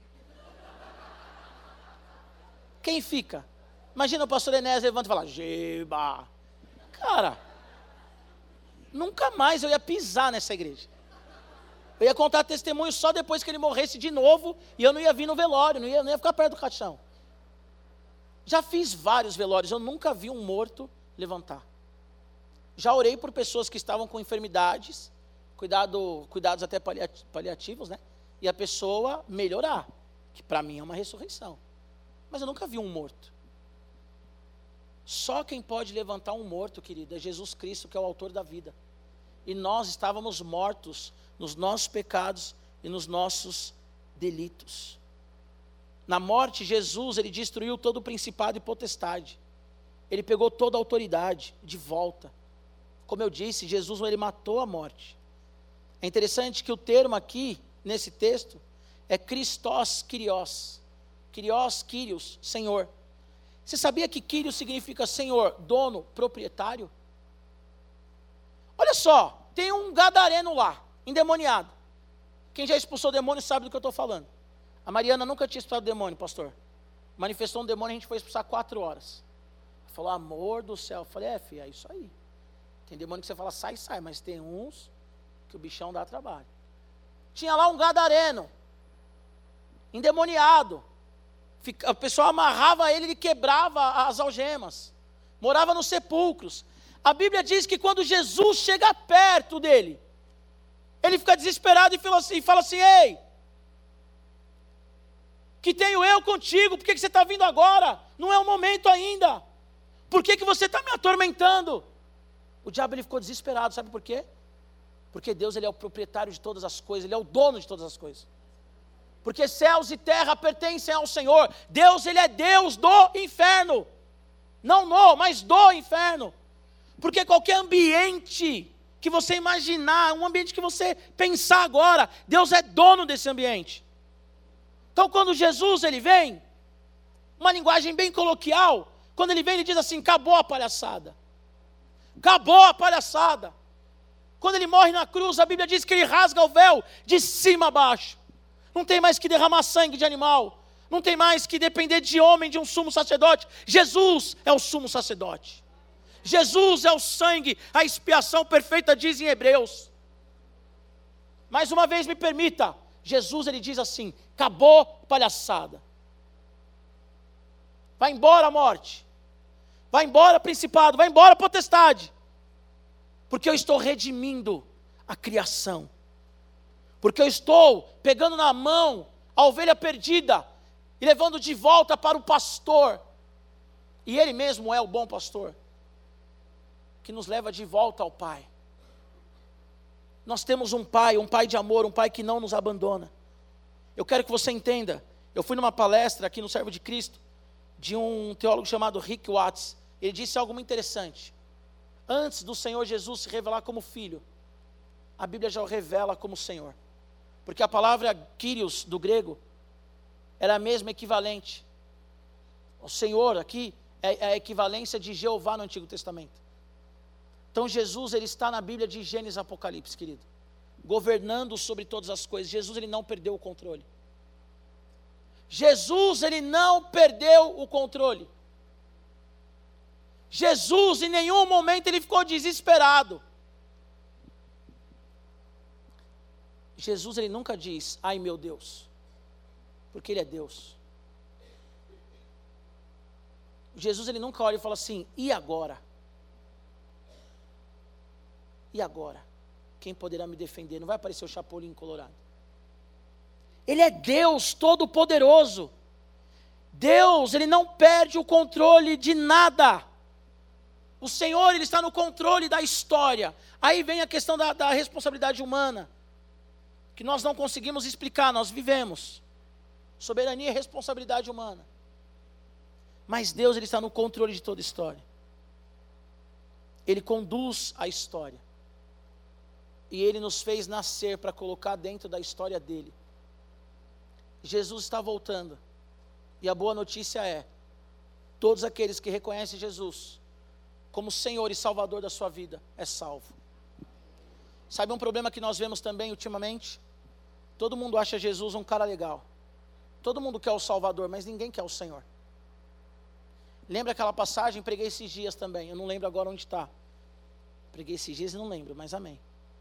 Quem fica? Imagina o pastor Enéas levanta e fala, Geba, cara, nunca mais eu ia pisar nessa igreja. Eu ia contar testemunho só depois que ele morresse de novo, e eu não ia vir no velório, não ia, não ia ficar perto do caixão. Já fiz vários velórios, eu nunca vi um morto levantar. Já orei por pessoas que estavam com enfermidades, cuidado, cuidados até paliativos, né? E a pessoa melhorar, que para mim é uma ressurreição. Mas eu nunca vi um morto. Só quem pode levantar um morto, querido, é Jesus Cristo, que é o autor da vida. E nós estávamos mortos nos nossos pecados e nos nossos delitos. Na morte, Jesus, ele destruiu todo o principado e potestade. Ele pegou toda a autoridade de volta. Como eu disse, Jesus, ele matou a morte. É interessante que o termo aqui, nesse texto, é Christos Kyrios. Kyrios, Kyrios, Senhor. Você sabia que Kyrios significa Senhor, dono, proprietário? Olha só, tem um gadareno lá, endemoniado. Quem já expulsou demônio sabe do que eu estou falando. A Mariana nunca tinha expulsado demônio, pastor. Manifestou um demônio, a gente foi expulsar quatro horas. Falou, amor do céu. Eu falei, é, filho, é isso aí. Tem demônio que você fala, sai, sai, mas tem uns que o bichão dá trabalho. Tinha lá um gadareno, endemoniado. A pessoa amarrava ele, ele quebrava as algemas. Morava nos sepulcros. A Bíblia diz que quando Jesus chega perto dele, ele fica desesperado e fala assim, fala assim ei, que tenho eu contigo, por que, que você está vindo agora? Não é o momento ainda. Por que, que você está me atormentando? O diabo ele ficou desesperado, sabe por quê? Porque Deus ele é o proprietário de todas as coisas, Ele é o dono de todas as coisas. Porque céus e terra pertencem ao Senhor. Deus ele é Deus do inferno. Não no, mas do inferno. Porque qualquer ambiente que você imaginar, um ambiente que você pensar agora, Deus é dono desse ambiente. Então quando Jesus ele vem, uma linguagem bem coloquial, quando ele vem ele diz assim, acabou a palhaçada. Acabou a palhaçada. Quando ele morre na cruz, a Bíblia diz que ele rasga o véu de cima a baixo. Não tem mais que derramar sangue de animal. Não tem mais que depender de homem, de um sumo sacerdote. Jesus é o sumo sacerdote. Jesus é o sangue, a expiação perfeita, diz em Hebreus. Mais uma vez me permita, Jesus ele diz assim, acabou palhaçada. Vai embora a morte. Vai embora principado, vai embora potestade. Porque eu estou redimindo a criação. Porque eu estou pegando na mão a ovelha perdida e levando de volta para o pastor. E ele mesmo é o bom pastor, que nos leva de volta ao Pai. Nós temos um Pai, um Pai de amor, um Pai que não nos abandona. Eu quero que você entenda, eu fui numa palestra aqui no Servo de Cristo, de um teólogo chamado Rick Watts. Ele disse algo muito interessante. Antes do Senhor Jesus se revelar como Filho, a Bíblia já o revela como Senhor. Porque a palavra Kyrios, do grego, era a mesma equivalente. O Senhor aqui é a equivalência de Jeová no Antigo Testamento. Então Jesus, ele está na Bíblia de Gênesis e Apocalipse, querido. Governando sobre todas as coisas. Jesus, ele não perdeu o controle. Jesus, ele não perdeu o controle. Jesus, em nenhum momento, ele ficou desesperado. Jesus, ele nunca diz, ai meu Deus, porque ele é Deus. Jesus, ele nunca olha e fala assim, e agora? E agora? Quem poderá me defender? Não vai aparecer o Chapolin colorado. Ele é Deus todo-poderoso. Deus, ele não perde o controle de nada. O Senhor, ele está no controle da história. Aí vem a questão da, da responsabilidade humana, que nós não conseguimos explicar, nós vivemos. Soberania e responsabilidade humana. Mas Deus, ele está no controle de toda a história. Ele conduz a história. E ele nos fez nascer para colocar dentro da história dele. Jesus está voltando. E a boa notícia é, todos aqueles que reconhecem Jesus como Senhor e Salvador da sua vida, é salvo. Sabe um problema que nós vemos também ultimamente? Todo mundo acha Jesus um cara legal. Todo mundo quer o Salvador, mas ninguém quer o Senhor. Lembra aquela passagem? Preguei esses dias também, eu não lembro agora onde está. Preguei esses dias e não lembro, mas amém.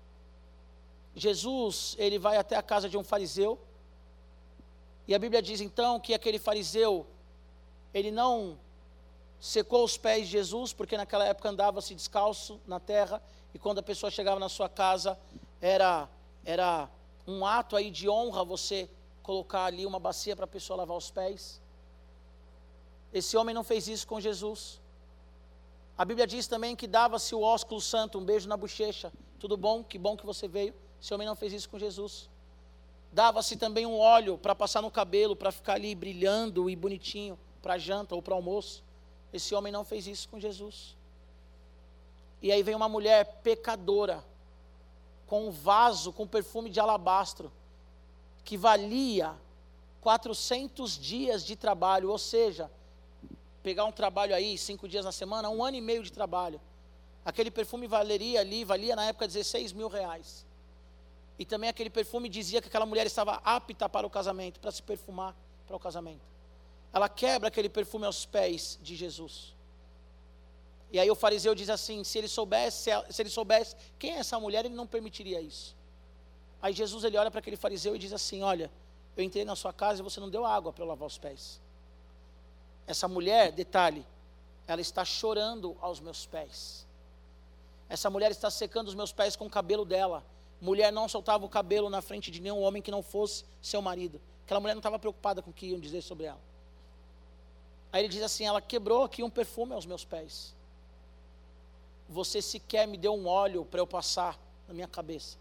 Jesus, ele vai até a casa de um fariseu, e a Bíblia diz então que aquele fariseu, ele não secou os pés de Jesus, porque naquela época andava-se descalço na terra, e quando a pessoa chegava na sua casa, era, era um ato aí de honra você colocar ali uma bacia para a pessoa lavar os pés. Esse homem não fez isso com Jesus. A Bíblia diz também que dava-se o ósculo santo, um beijo na bochecha. Tudo bom? Que bom que você veio. Esse homem não fez isso com Jesus. Dava-se também um óleo para passar no cabelo, para ficar ali brilhando e bonitinho, para janta ou para almoço. Esse homem não fez isso com Jesus. E aí vem uma mulher pecadora, com um vaso com perfume de alabastro, que valia quatrocentos dias de trabalho, ou seja, pegar um trabalho aí, cinco dias na semana, um ano e meio de trabalho. Aquele perfume valeria ali, valia na época dezesseis mil reais. E também aquele perfume dizia que aquela mulher estava apta para o casamento, para se perfumar para o casamento. Ela quebra aquele perfume aos pés de Jesus. E aí o fariseu diz assim, se ele soubesse, se ele soubesse quem é essa mulher, ele não permitiria isso. Aí Jesus, ele olha para aquele fariseu e diz assim, olha, eu entrei na sua casa e você não deu água para eu lavar os pés. Essa mulher, detalhe, ela está chorando aos meus pés. Essa mulher está secando os meus pés com o cabelo dela. Mulher não soltava o cabelo na frente de nenhum homem que não fosse seu marido. Aquela mulher não estava preocupada com o que iam dizer sobre ela. Aí ele diz assim, ela quebrou aqui um perfume aos meus pés. Você sequer me deu um óleo para eu passar na minha cabeça.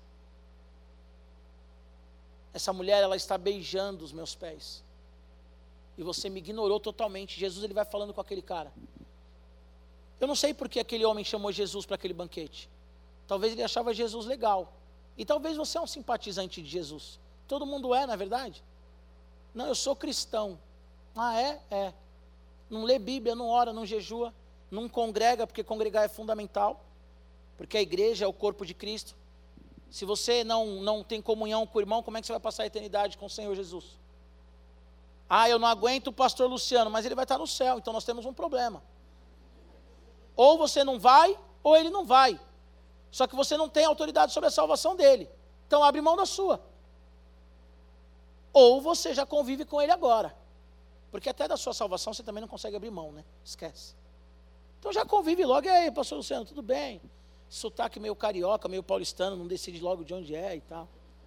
Essa mulher, ela está beijando os meus pés. E você me ignorou totalmente. Jesus, ele vai falando com aquele cara. Eu não sei por que aquele homem chamou Jesus para aquele banquete. Talvez ele achava Jesus legal. E talvez você é um simpatizante de Jesus. Todo mundo é, não é verdade? Não, eu sou cristão. Ah, é? É. Não lê Bíblia, não ora, não jejua, não congrega, porque congregar é fundamental. Porque a igreja é o corpo de Cristo. Se você não, não tem comunhão com o irmão, como é que você vai passar a eternidade com o Senhor Jesus? Ah, eu não aguento o pastor Luciano, mas ele vai estar no céu, então nós temos um problema. Ou você não vai, ou ele não vai. Só que você não tem autoridade sobre a salvação dele. Então abre mão da sua. Ou você já convive com ele agora. Porque até da sua salvação você também não consegue abrir mão, né? Esquece. Então já convive logo. E aí, pastor Luciano, tudo bem? Sotaque meio carioca, meio paulistano, não decide logo de onde é e tal.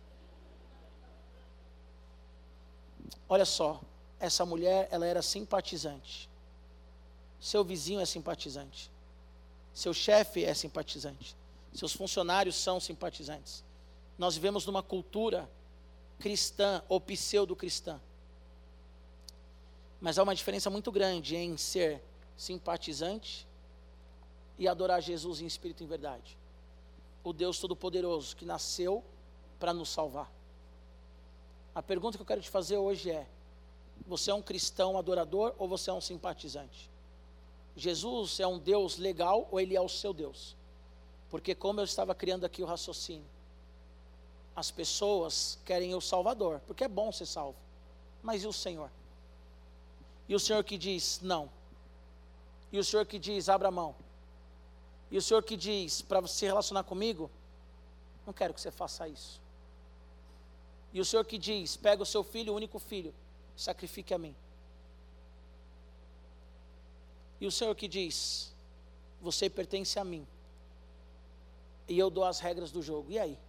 Olha só, essa mulher, ela era simpatizante. Seu vizinho é simpatizante. Seu chefe é simpatizante. Seus funcionários são simpatizantes. Nós vivemos numa cultura cristã ou pseudo-cristã. Mas há uma diferença muito grande em ser simpatizante e adorar Jesus em espírito e em verdade. O Deus Todo-Poderoso que nasceu para nos salvar. A pergunta que eu quero te fazer hoje é: você é um cristão adorador ou você é um simpatizante? Jesus é um Deus legal ou ele é o seu Deus? Porque como eu estava criando aqui o raciocínio, as pessoas querem o Salvador, porque é bom ser salvo. Mas e o Senhor? E o Senhor que diz não? E o Senhor que diz abra mão? E o Senhor que diz para se relacionar comigo, não quero que você faça isso. E o Senhor que diz, pega o seu filho, o único filho, sacrifique a mim. E o Senhor que diz, você pertence a mim, e eu dou as regras do jogo. E aí?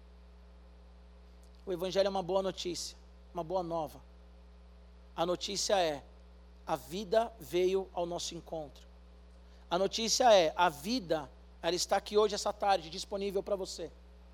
O Evangelho é uma boa notícia, uma boa nova. A notícia é, a vida veio ao nosso encontro. A notícia é, a vida, ela está aqui hoje, essa tarde, disponível para você.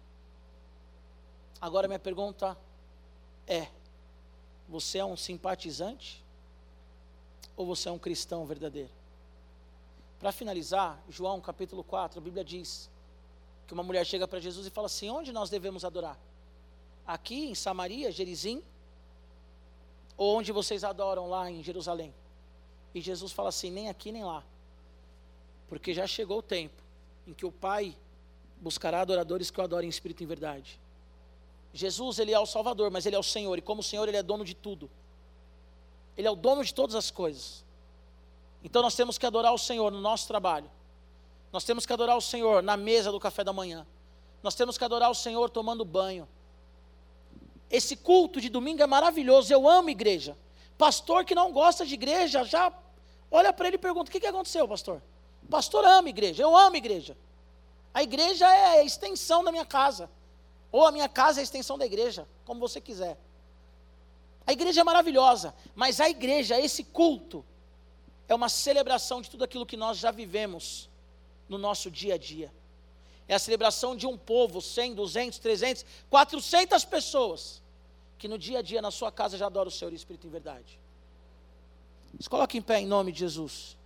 Agora minha pergunta é, você é um simpatizante? Ou você é um cristão verdadeiro? Para finalizar, João capítulo quatro, a Bíblia diz que uma mulher chega para Jesus e fala assim, onde nós devemos adorar? Aqui em Samaria, Gerizim? Ou onde vocês adoram lá em Jerusalém? E Jesus fala assim, nem aqui nem lá. Porque já chegou o tempo em que o Pai buscará adoradores que o adorem em espírito e em verdade. Jesus, ele é o Salvador, mas ele é o Senhor. E como Senhor, ele é dono de tudo. Ele é o dono de todas as coisas. Então nós temos que adorar o Senhor no nosso trabalho. Nós temos que adorar o Senhor na mesa do café da manhã. Nós temos que adorar o Senhor tomando banho. Esse culto de domingo é maravilhoso. Eu amo igreja. Pastor que não gosta de igreja, já olha para ele e pergunta, o que, que aconteceu, pastor? Pastor ama igreja, eu amo igreja. A igreja é a extensão da minha casa. Ou a minha casa é a extensão da igreja, como você quiser. A igreja é maravilhosa, mas a igreja, esse culto, é uma celebração de tudo aquilo que nós já vivemos no nosso dia a dia. É a celebração de um povo, cem, duzentos, trezentos, quatrocentas pessoas, que no dia a dia na sua casa já adoram o Senhor em espírito e em verdade. Se coloque em pé em nome de Jesus.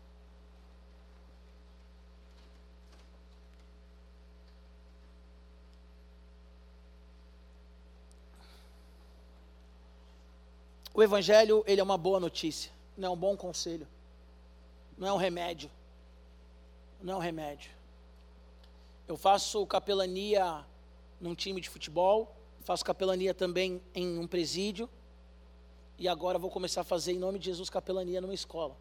O Evangelho, ele é uma boa notícia, não é um bom conselho, não é um remédio, não é um remédio. Eu faço capelania num time de futebol, faço capelania também em um presídio, e agora vou começar a fazer, em nome de Jesus, capelania numa escola.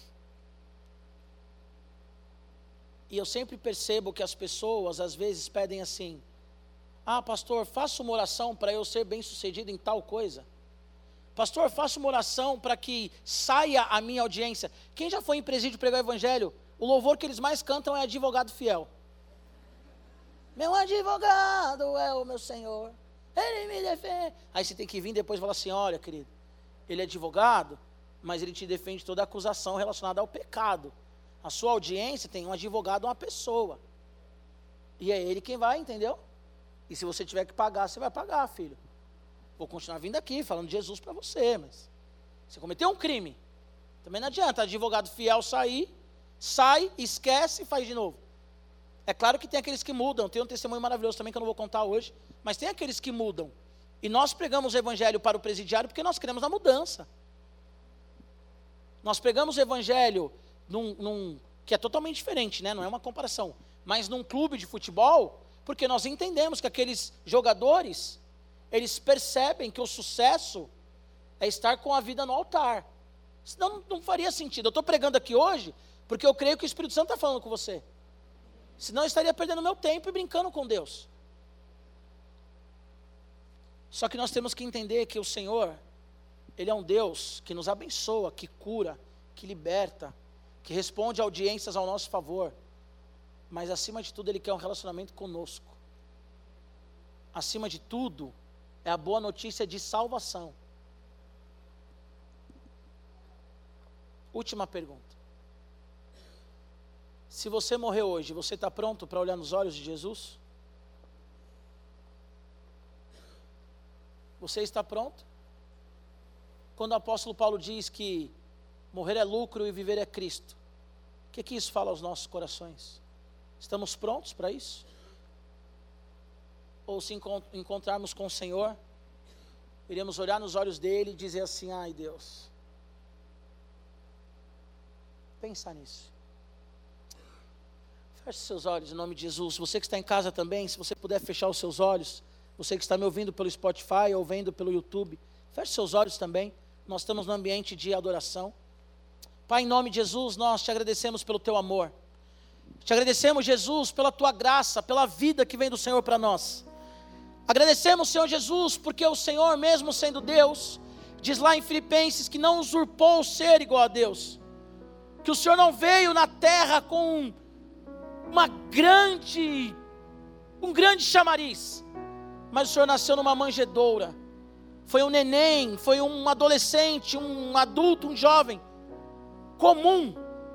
E eu sempre percebo que as pessoas, às vezes, pedem assim: ah, pastor, faça uma oração para eu ser bem sucedido em tal coisa. Pastor, faça uma oração para que saia a minha audiência. Quem já foi em presídio pregar o evangelho, o louvor que eles mais cantam é advogado fiel. Meu advogado é o meu Senhor, ele me defende. Aí você tem que vir depois e falar assim: olha, querido, ele é advogado, mas ele te defende toda acusação relacionada ao pecado. A sua audiência tem um advogado, uma pessoa, e é ele quem vai, entendeu? E se você tiver que pagar, você vai pagar, filho. Vou continuar vindo aqui, falando de Jesus para você, mas você cometeu um crime, também não adianta advogado fiel sair, sai, esquece e faz de novo. É claro que tem aqueles que mudam, tem um testemunho maravilhoso também que eu não vou contar hoje, mas tem aqueles que mudam. E nós pregamos o evangelho para o presidiário porque nós queremos a mudança. Nós pregamos o evangelho num, num, que é totalmente diferente, né? Não é uma comparação, mas num clube de futebol, porque nós entendemos que aqueles jogadores, eles percebem que o sucesso é estar com a vida no altar. Senão não, não faria sentido. Eu estou pregando aqui hoje porque eu creio que o Espírito Santo está falando com você. Senão eu estaria perdendo meu tempo e brincando com Deus. Só que nós temos que entender que o Senhor, Ele é um Deus que nos abençoa, que cura, que liberta, que responde audiências ao nosso favor. Mas acima de tudo Ele quer um relacionamento conosco. Acima de tudo é a boa notícia de salvação. Última pergunta. Se você morrer hoje, você está pronto para olhar nos olhos de Jesus? Você está pronto? Quando o apóstolo Paulo diz que morrer é lucro e viver é Cristo, o que, que isso fala aos nossos corações? Estamos prontos para isso? Ou se encontrarmos com o Senhor, iremos olhar nos olhos dele e dizer assim: ai Deus, pensa nisso. Feche seus olhos em nome de Jesus. Você que está em casa também, se você puder fechar os seus olhos, você que está me ouvindo pelo Spotify ou vendo pelo YouTube, feche seus olhos também. Nós estamos no ambiente de adoração. Pai, em nome de Jesus, nós te agradecemos pelo teu amor. Te agradecemos, Jesus, pela tua graça, pela vida que vem do Senhor para nós. Agradecemos, Senhor Jesus, porque o Senhor, mesmo sendo Deus, diz lá em Filipenses que não usurpou o ser igual a Deus. Que o Senhor não veio na terra com uma grande, um grande chamariz, mas o Senhor nasceu numa manjedoura. Foi um neném, foi um adolescente, um adulto, um jovem comum,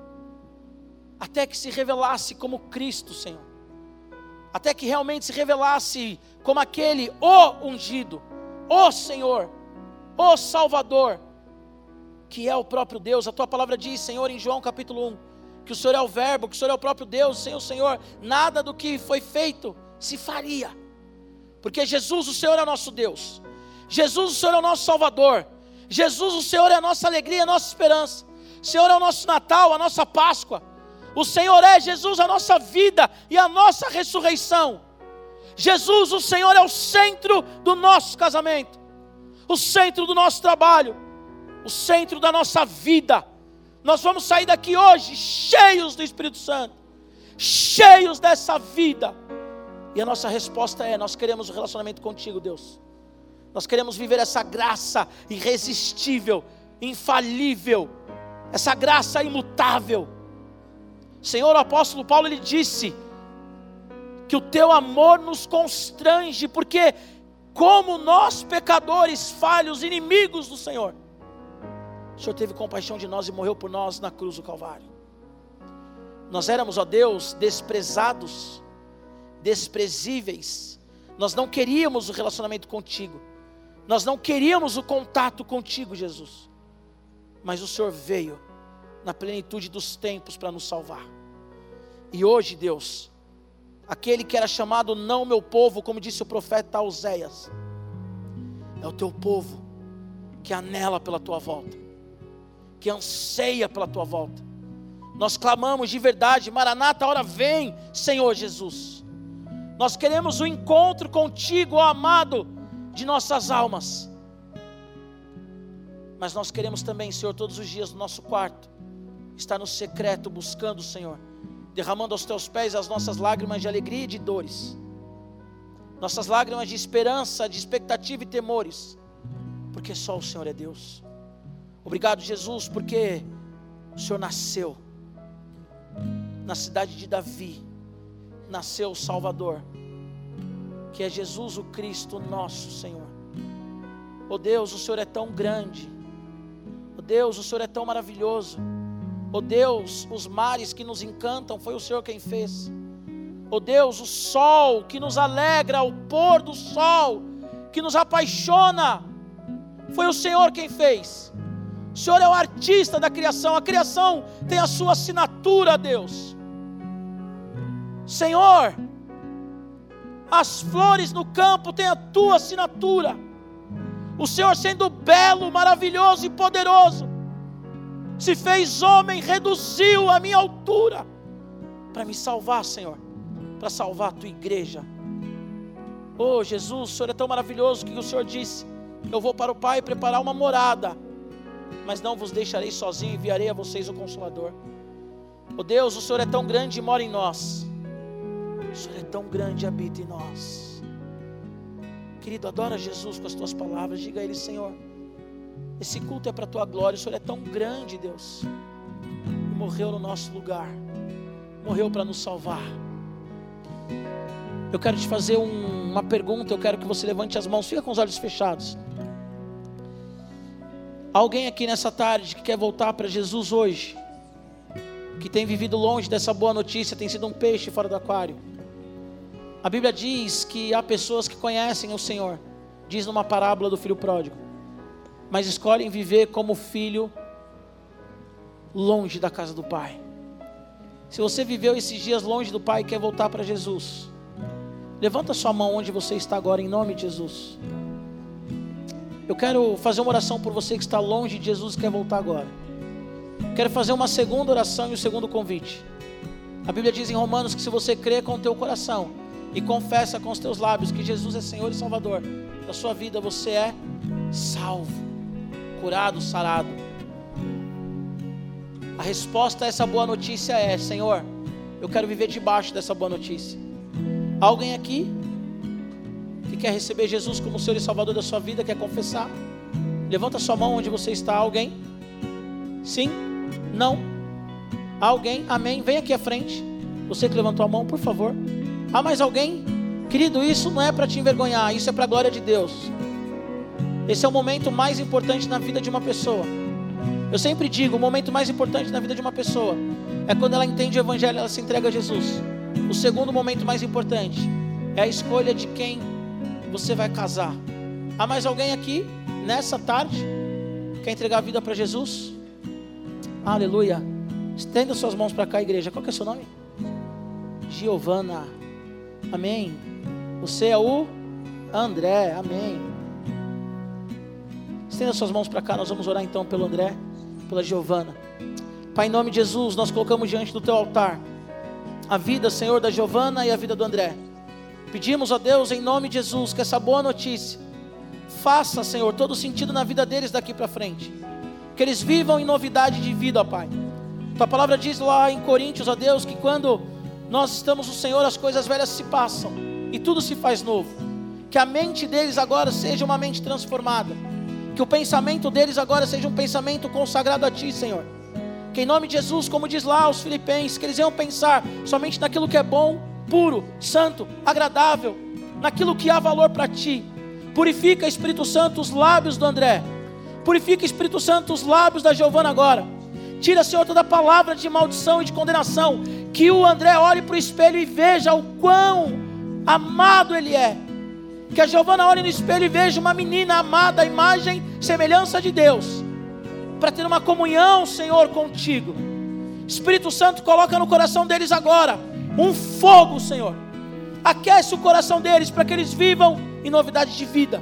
até que se revelasse como Cristo, Senhor. Até que realmente se revelasse como aquele, o ungido, o Senhor, o Salvador, que é o próprio Deus. A tua palavra diz, Senhor, em João capítulo um, que o Senhor é o verbo, que o Senhor é o próprio Deus. Sem o Senhor, nada do que foi feito se faria. Porque Jesus, o Senhor é o nosso Deus. Jesus, o Senhor é o nosso Salvador. Jesus, o Senhor é a nossa alegria, a nossa esperança. O Senhor é o nosso Natal, a nossa Páscoa. O Senhor é, Jesus, a nossa vida e a nossa ressurreição. Jesus, o Senhor é o centro do nosso casamento, o centro do nosso trabalho, o centro da nossa vida. Nós vamos sair daqui hoje cheios do Espírito Santo, cheios dessa vida. E a nossa resposta é: nós queremos um relacionamento contigo, Deus. Nós queremos viver essa graça irresistível, infalível, essa graça imutável. Senhor, o apóstolo Paulo, ele disse que o teu amor nos constrange, porque como nós pecadores, falhos, inimigos do Senhor, o Senhor teve compaixão de nós e morreu por nós na cruz do Calvário. Nós éramos, ó Deus, desprezados, desprezíveis. Nós não queríamos o relacionamento contigo. Nós não queríamos o contato contigo, Jesus. Mas o Senhor veio na plenitude dos tempos para nos salvar. E hoje, Deus, aquele que era chamado não meu povo, como disse o profeta Oséias, é o teu povo que anela pela tua volta, que anseia pela tua volta. Nós clamamos de verdade: Maranata, a hora vem, Senhor Jesus. Nós queremos o encontro contigo, ó amado de nossas almas. Mas nós queremos também, Senhor, todos os dias no nosso quarto, estar no secreto buscando o Senhor, derramando aos teus pés as nossas lágrimas de alegria e de dores, nossas lágrimas de esperança, de expectativa e temores, porque só o Senhor é Deus. Obrigado, Jesus, porque o Senhor nasceu na cidade de Davi, nasceu o Salvador, que é Jesus o Cristo nosso Senhor. Oh Deus, o Senhor é tão grande. Oh Deus, o Senhor é tão maravilhoso. Oh Deus, os mares que nos encantam, foi o Senhor quem fez. Oh Deus, o sol que nos alegra, o pôr do sol que nos apaixona, foi o Senhor quem fez. O Senhor é o artista da criação. A criação tem a sua assinatura, Deus. Senhor, as flores no campo têm a tua assinatura. O Senhor, sendo belo, maravilhoso e poderoso, se fez homem, reduziu a minha altura para me salvar, Senhor, para salvar a tua igreja. Oh Jesus, o Senhor é tão maravilhoso que o Senhor disse: eu vou para o Pai preparar uma morada, mas não vos deixarei sozinho, enviarei a vocês o Consolador. Oh Deus, o Senhor é tão grande e mora em nós. O Senhor é tão grande e habita em nós. Querido, adora Jesus com as tuas palavras. Diga a Ele: Senhor, esse culto é para a tua glória. O Senhor é tão grande, Deus, e morreu no nosso lugar, morreu para nos salvar. Eu quero te fazer um, uma pergunta. Eu quero que você levante as mãos. Fica com os olhos fechados. Alguém aqui nessa tarde que quer voltar para Jesus hoje, que tem vivido longe dessa boa notícia, tem sido um peixe fora do aquário? A Bíblia diz que há pessoas que conhecem o Senhor, diz numa parábola do filho pródigo, mas escolhem viver como filho longe da casa do Pai. Se você viveu esses dias longe do Pai e quer voltar para Jesus, levanta sua mão onde você está agora, em nome de Jesus. Eu quero fazer uma oração por você que está longe de Jesus e quer voltar agora. Quero fazer uma segunda oração e um segundo convite. A Bíblia diz em Romanos que se você crê com o teu coração e confessa com os teus lábios que Jesus é Senhor e Salvador da sua vida, você é salvo, curado, sarado. A resposta a essa boa notícia é: Senhor, eu quero viver debaixo dessa boa notícia. Há alguém aqui que quer receber Jesus como Senhor e Salvador da sua vida, quer confessar? Levanta sua mão onde você está. Alguém? Sim? Não? Há alguém? Amém? Vem aqui à frente. Você que levantou a mão, por favor. Há mais alguém? Querido, isso não é para te envergonhar, isso é para a glória de Deus. Esse é o momento mais importante na vida de uma pessoa. Eu sempre digo, o momento mais importante na vida de uma pessoa é quando ela entende o Evangelho, ela se entrega a Jesus. O segundo momento mais importante é a escolha de quem você vai casar. Há mais alguém aqui nessa tarde quer entregar a vida para Jesus? Aleluia. Estenda suas mãos para cá, igreja. Qual que é o seu nome? Giovana. Amém. Você é o André. Amém. Estenda suas mãos para cá. Nós vamos orar então pelo André, pela Giovana. Pai, em nome de Jesus, nós colocamos diante do teu altar a vida, Senhor, da Giovana e a vida do André. Pedimos a Deus, em nome de Jesus, que essa boa notícia faça, Senhor, todo sentido na vida deles daqui para frente. Que eles vivam em novidade de vida, ó Pai. Tua palavra diz lá em Coríntios, ó Deus, que quando nós estamos no Senhor, as coisas velhas se passam e tudo se faz novo. Que a mente deles agora seja uma mente transformada. Que o pensamento deles agora seja um pensamento consagrado a Ti, Senhor. Que em nome de Jesus, como diz lá aos Filipenses, que eles iam pensar somente naquilo que é bom, puro, santo, agradável, naquilo que há valor para Ti. Purifica, Espírito Santo, os lábios do André. Purifica, Espírito Santo, os lábios da Giovana agora. Tira, Senhor, toda palavra de maldição e de condenação. Que o André olhe para o espelho e veja o quão amado ele é. Que a Giovana olhe no espelho e veja uma menina amada, à imagem e semelhança de Deus, para ter uma comunhão, Senhor, contigo. Espírito Santo, coloca no coração deles agora um fogo, Senhor. Aquece o coração deles para que eles vivam em novidade de vida.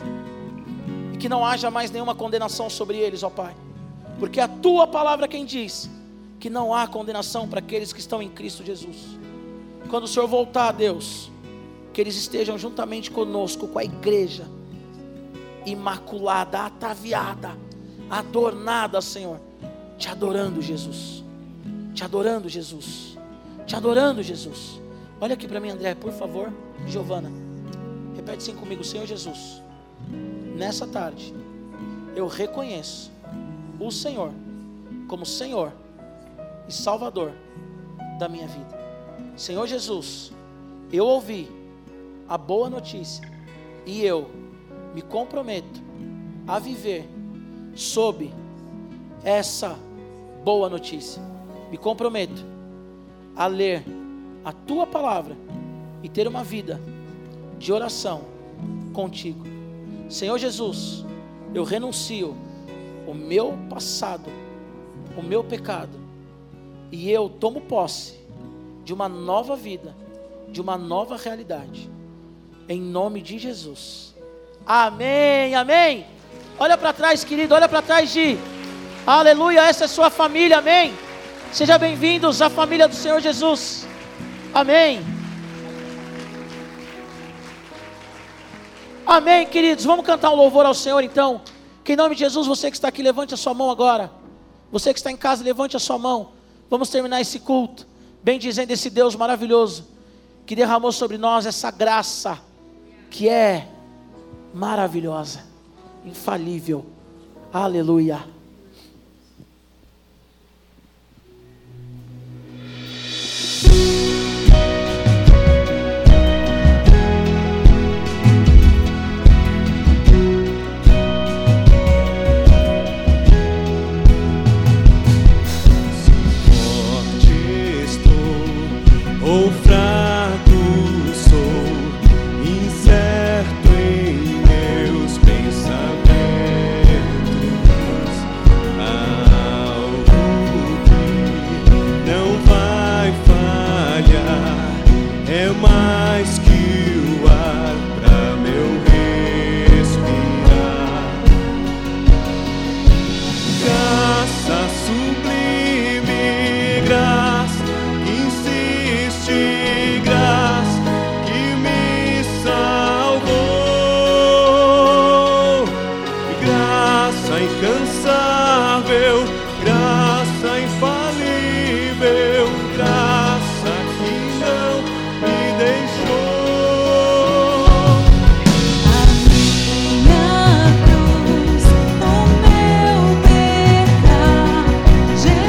E que não haja mais nenhuma condenação sobre eles, ó Pai. Porque a Tua palavra quem diz que não há condenação para aqueles que estão em Cristo Jesus. Quando o Senhor voltar, Deus, que eles estejam juntamente conosco, com a igreja imaculada, ataviada, adornada, Senhor, te adorando, Jesus, te adorando, Jesus, te adorando, Jesus. Olha aqui para mim, André, por favor. Giovana, repete assim comigo: Senhor Jesus, nessa tarde eu reconheço o Senhor como Senhor e Salvador da minha vida. Senhor Jesus, eu ouvi a boa notícia e eu me comprometo a viver sob essa boa notícia. Me comprometo a ler a tua palavra e ter uma vida de oração contigo. Senhor Jesus, eu renuncio o meu passado, o meu pecado, e eu tomo posse de uma nova vida, de uma nova realidade, em nome de Jesus. Amém, amém. Olha para trás, querido, olha para trás, Gi. Aleluia, essa é sua família, amém. Sejam bem-vindos à família do Senhor Jesus. Amém. Amém, queridos. Vamos cantar um louvor ao Senhor então. Que em nome de Jesus, você que está aqui, levante a sua mão agora. Você que está em casa, levante a sua mão. Vamos terminar esse culto bendizendo esse Deus maravilhoso que derramou sobre nós essa graça que é maravilhosa, infalível. Aleluia. Ou fraco sou, incerto em meus pensamentos, algo que não vai falhar, é mais que o ar para meu respirar. Graça sublime, graça graça que me salvou, graça incansável, graça infalível, graça que não me deixou. A minha cruz, o meu pecado,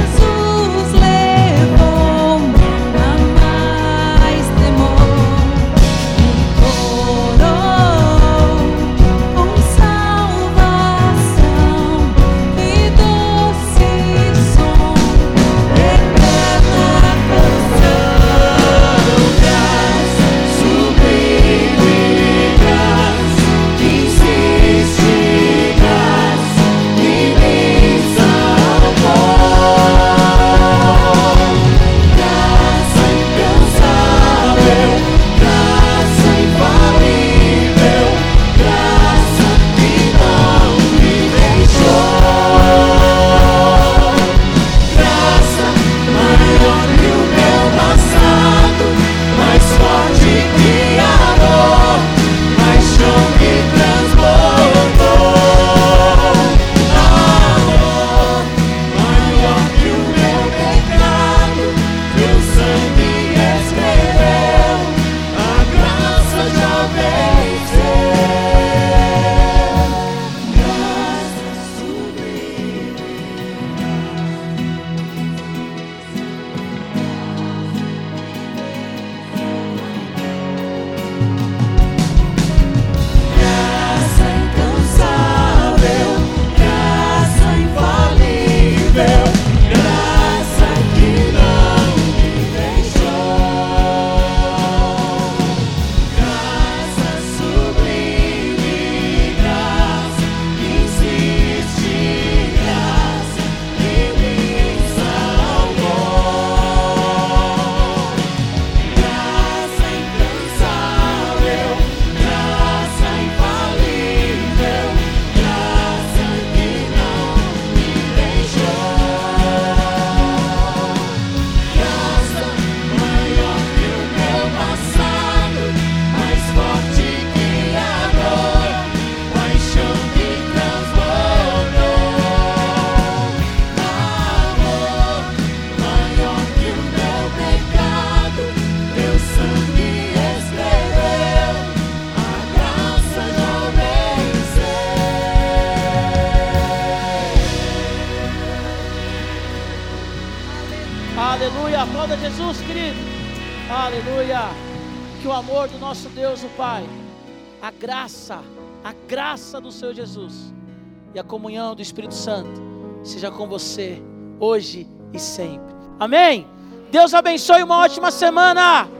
Aleluia. Aplauda Jesus, querido. Aleluia. Que o amor do nosso Deus, o Pai, a graça, a graça do Senhor Jesus e a comunhão do Espírito Santo seja com você hoje e sempre. Amém? Deus abençoe, uma ótima semana.